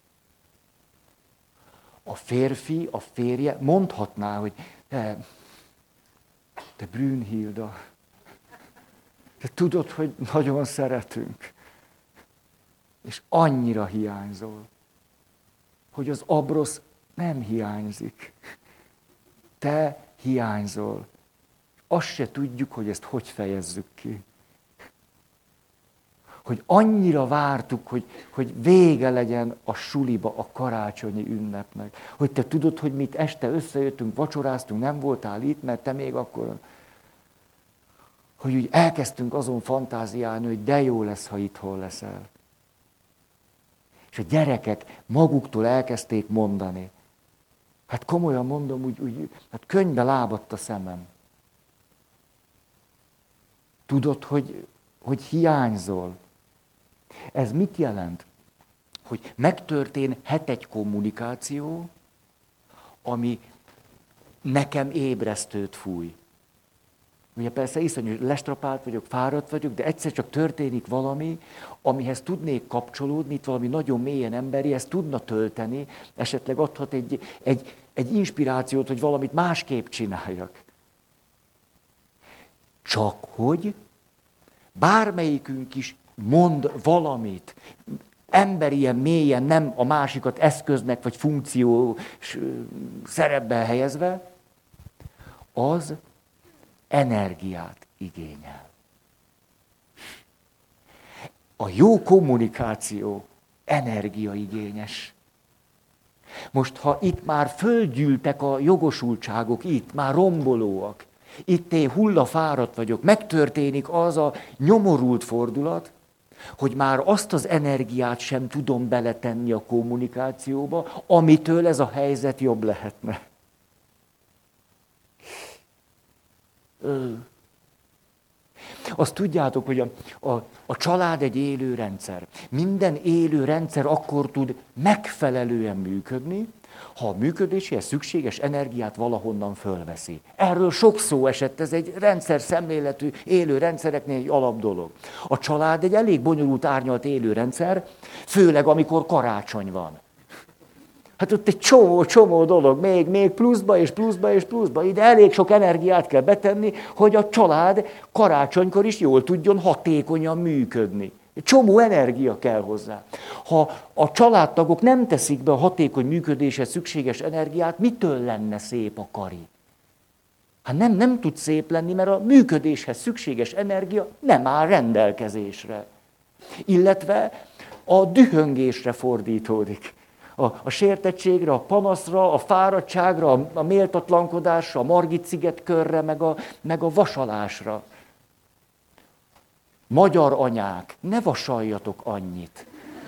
A férfi, a férje mondhatná, hogy te, te Brünnhilda, te tudod, hogy nagyon szeretünk, és annyira hiányzol, hogy az abrosz nem hiányzik. Te hiányzol. Azt se tudjuk, hogy ezt hogy fejezzük ki. Hogy annyira vártuk, hogy, hogy vége legyen a suliba, a karácsonyi ünnepnek. Hogy te tudod, hogy mit este összejöttünk, vacsoráztunk, nem voltál itt, mert te még akkor... Hogy úgy elkezdtünk azon fantáziálni, hogy de jó lesz, ha itthon leszel. És a gyerekek maguktól elkezdték mondani. Hát komolyan mondom, úgy, úgy hát könnybe lábadt a szemem. Tudod, hogy, hogy hiányzol. Ez mit jelent? Hogy megtörténhet egy kommunikáció, ami nekem ébresztőt fúj. Ugye persze iszonyú lestrapált vagyok, fáradt vagyok, de egyszer csak történik valami, amihez tudnék kapcsolódni, itt valami nagyon mélyen emberi, ezt tudna tölteni, esetleg adhat egy, egy, egy inspirációt, hogy valamit másképp csináljak. Csak hogy bármelyikünk is mond valamit, ember ilyen mélyen, nem a másikat eszköznek vagy funkció szerepben helyezve, az energiát igényel. A jó kommunikáció energiaigényes. Most, ha itt már földgyűltek a jogosultságok, itt már rombolóak, itt én hullafáradt vagyok, megtörténik az a nyomorult fordulat, hogy már azt az energiát sem tudom beletenni a kommunikációba, amitől ez a helyzet jobb lehetne. Azt tudjátok, hogy a, a, a család egy élő rendszer. Minden élő rendszer akkor tud megfelelően működni, ha a működéséhez szükséges energiát valahonnan fölveszi. Erről sok szó esett, ez egy rendszer szemléletű élő rendszereknél egy alap dolog. A család egy elég bonyolult árnyalt élő rendszer, főleg amikor karácsony van. Hát ott egy csomó, csomó dolog, még, még pluszba és pluszba és pluszba. Ide elég sok energiát kell betenni, hogy a család karácsonykor is jól tudjon hatékonyan működni. Egy csomó energia kell hozzá. Ha a családtagok nem teszik be a hatékony működéshez szükséges energiát, mitől lenne szép a kari? Hát nem, nem tud szép lenni, mert a működéshez szükséges energia nem áll rendelkezésre. Illetve a dühöngésre fordítódik. A, a sértettségre, a panaszra, a fáradtságra, a, a méltatlankodásra, a Margit-sziget körre, meg a, meg a vasalásra. Magyar anyák, ne vasaljatok annyit.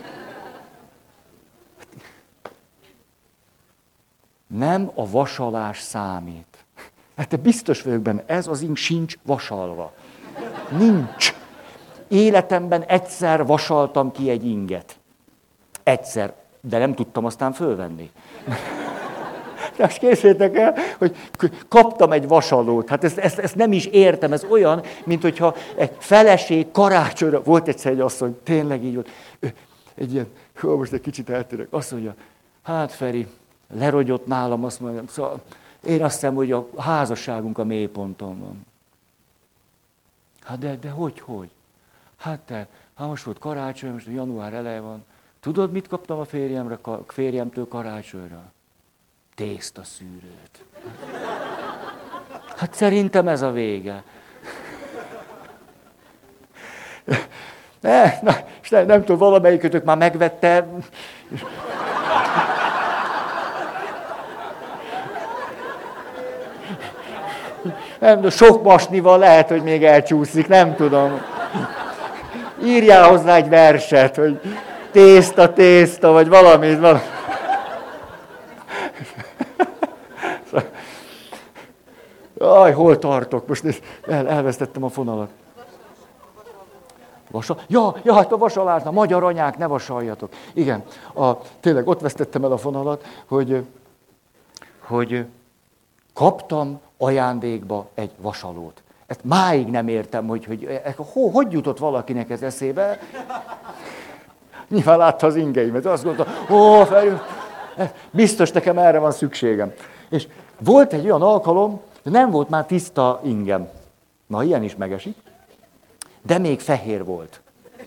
Nem a vasalás számít. Hát te biztos vagyok benne, ez az ing sincs vasalva. Nincs. Életemben egyszer vasaltam ki egy inget. Egyszer, de nem tudtam aztán fölvenni. De most képzeljétek el, hogy kaptam egy vasalót. Hát ezt, ezt, ezt nem is értem, ez olyan, mint hogyha egy feleség karácsonyra, volt egyszer egy asszony, tényleg így volt, egy ilyen, hú, most egy kicsit eltérek, azt mondja, hát Feri, lerogyott nálam, azt mondjam, szóval én azt hiszem, hogy a házasságunk a mélyponton van. Hát de, de hogy, hogy? Hát te, hát most volt karácsony, most január eleje van. Tudod, mit kaptam a férjemre, férjemtől karácsonyra? Tésztaszűrőt. Hát szerintem ez a vége. Ne, na, és nem, nem tudom, valamelyikötök már megvette. Nem tudom, sok masnival lehet, hogy még elcsúszik, nem tudom. Írjál hozzá egy verset, hogy tészta, tészta, vagy valami. valami. Aj, hol tartok? Most el, elvesztettem a fonalat. Vasal? Ja, ja, hát a vasalásnál, magyar anyák, ne vasaljatok. Igen, a, tényleg ott vesztettem el a fonalat, hogy, hogy kaptam ajándékba egy vasalót. Ezt máig nem értem, hogy, hogy hogy, hogy jutott valakinek ez eszébe. Nyilván látta az ingeimet, azt gondolta, ó, Feri, biztos nekem erre van szükségem. És volt egy olyan alkalom, hogy nem volt már tiszta ingem. Na, ilyen is megesik. De még fehér volt.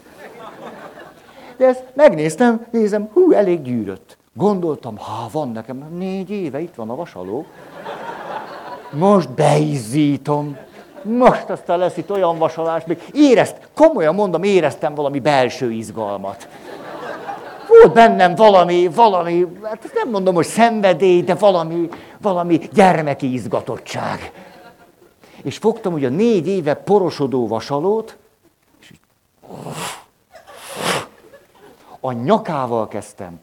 De ezt megnéztem, nézem, hú, elég gyűrött. Gondoltam, ha van nekem, négy éve itt van a vasaló. Most beizzítom. Most aztán lesz itt olyan vasalás, még érezt, komolyan mondom, éreztem valami belső izgalmat. Volt bennem valami, valami, hát nem mondom, hogy szenvedély, de valami, valami gyermeki izgatottság. És fogtam ugye a négy éve porosodó vasalót, és így, a nyakával kezdtem.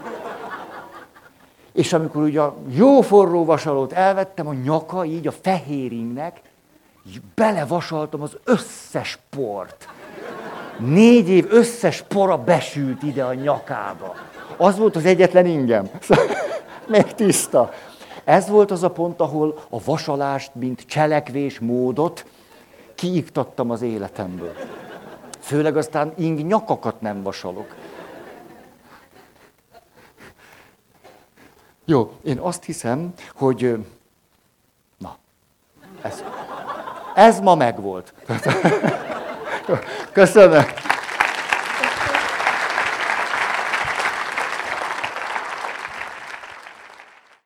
És amikor ugye a jó forró vasalót elvettem, a nyaka így a fehéringnek, így belevasaltam az összes port. Négy év összes pora besült ide a nyakába. Az volt az egyetlen ingem. Még tiszta. Ez volt az a pont, ahol a vasalást, mint cselekvésmódot kiiktattam az életemből. Főleg aztán ing nyakakat nem vasalok. Jó, én azt hiszem, hogy... Na, ez, ez ma megvolt. Köszönöm.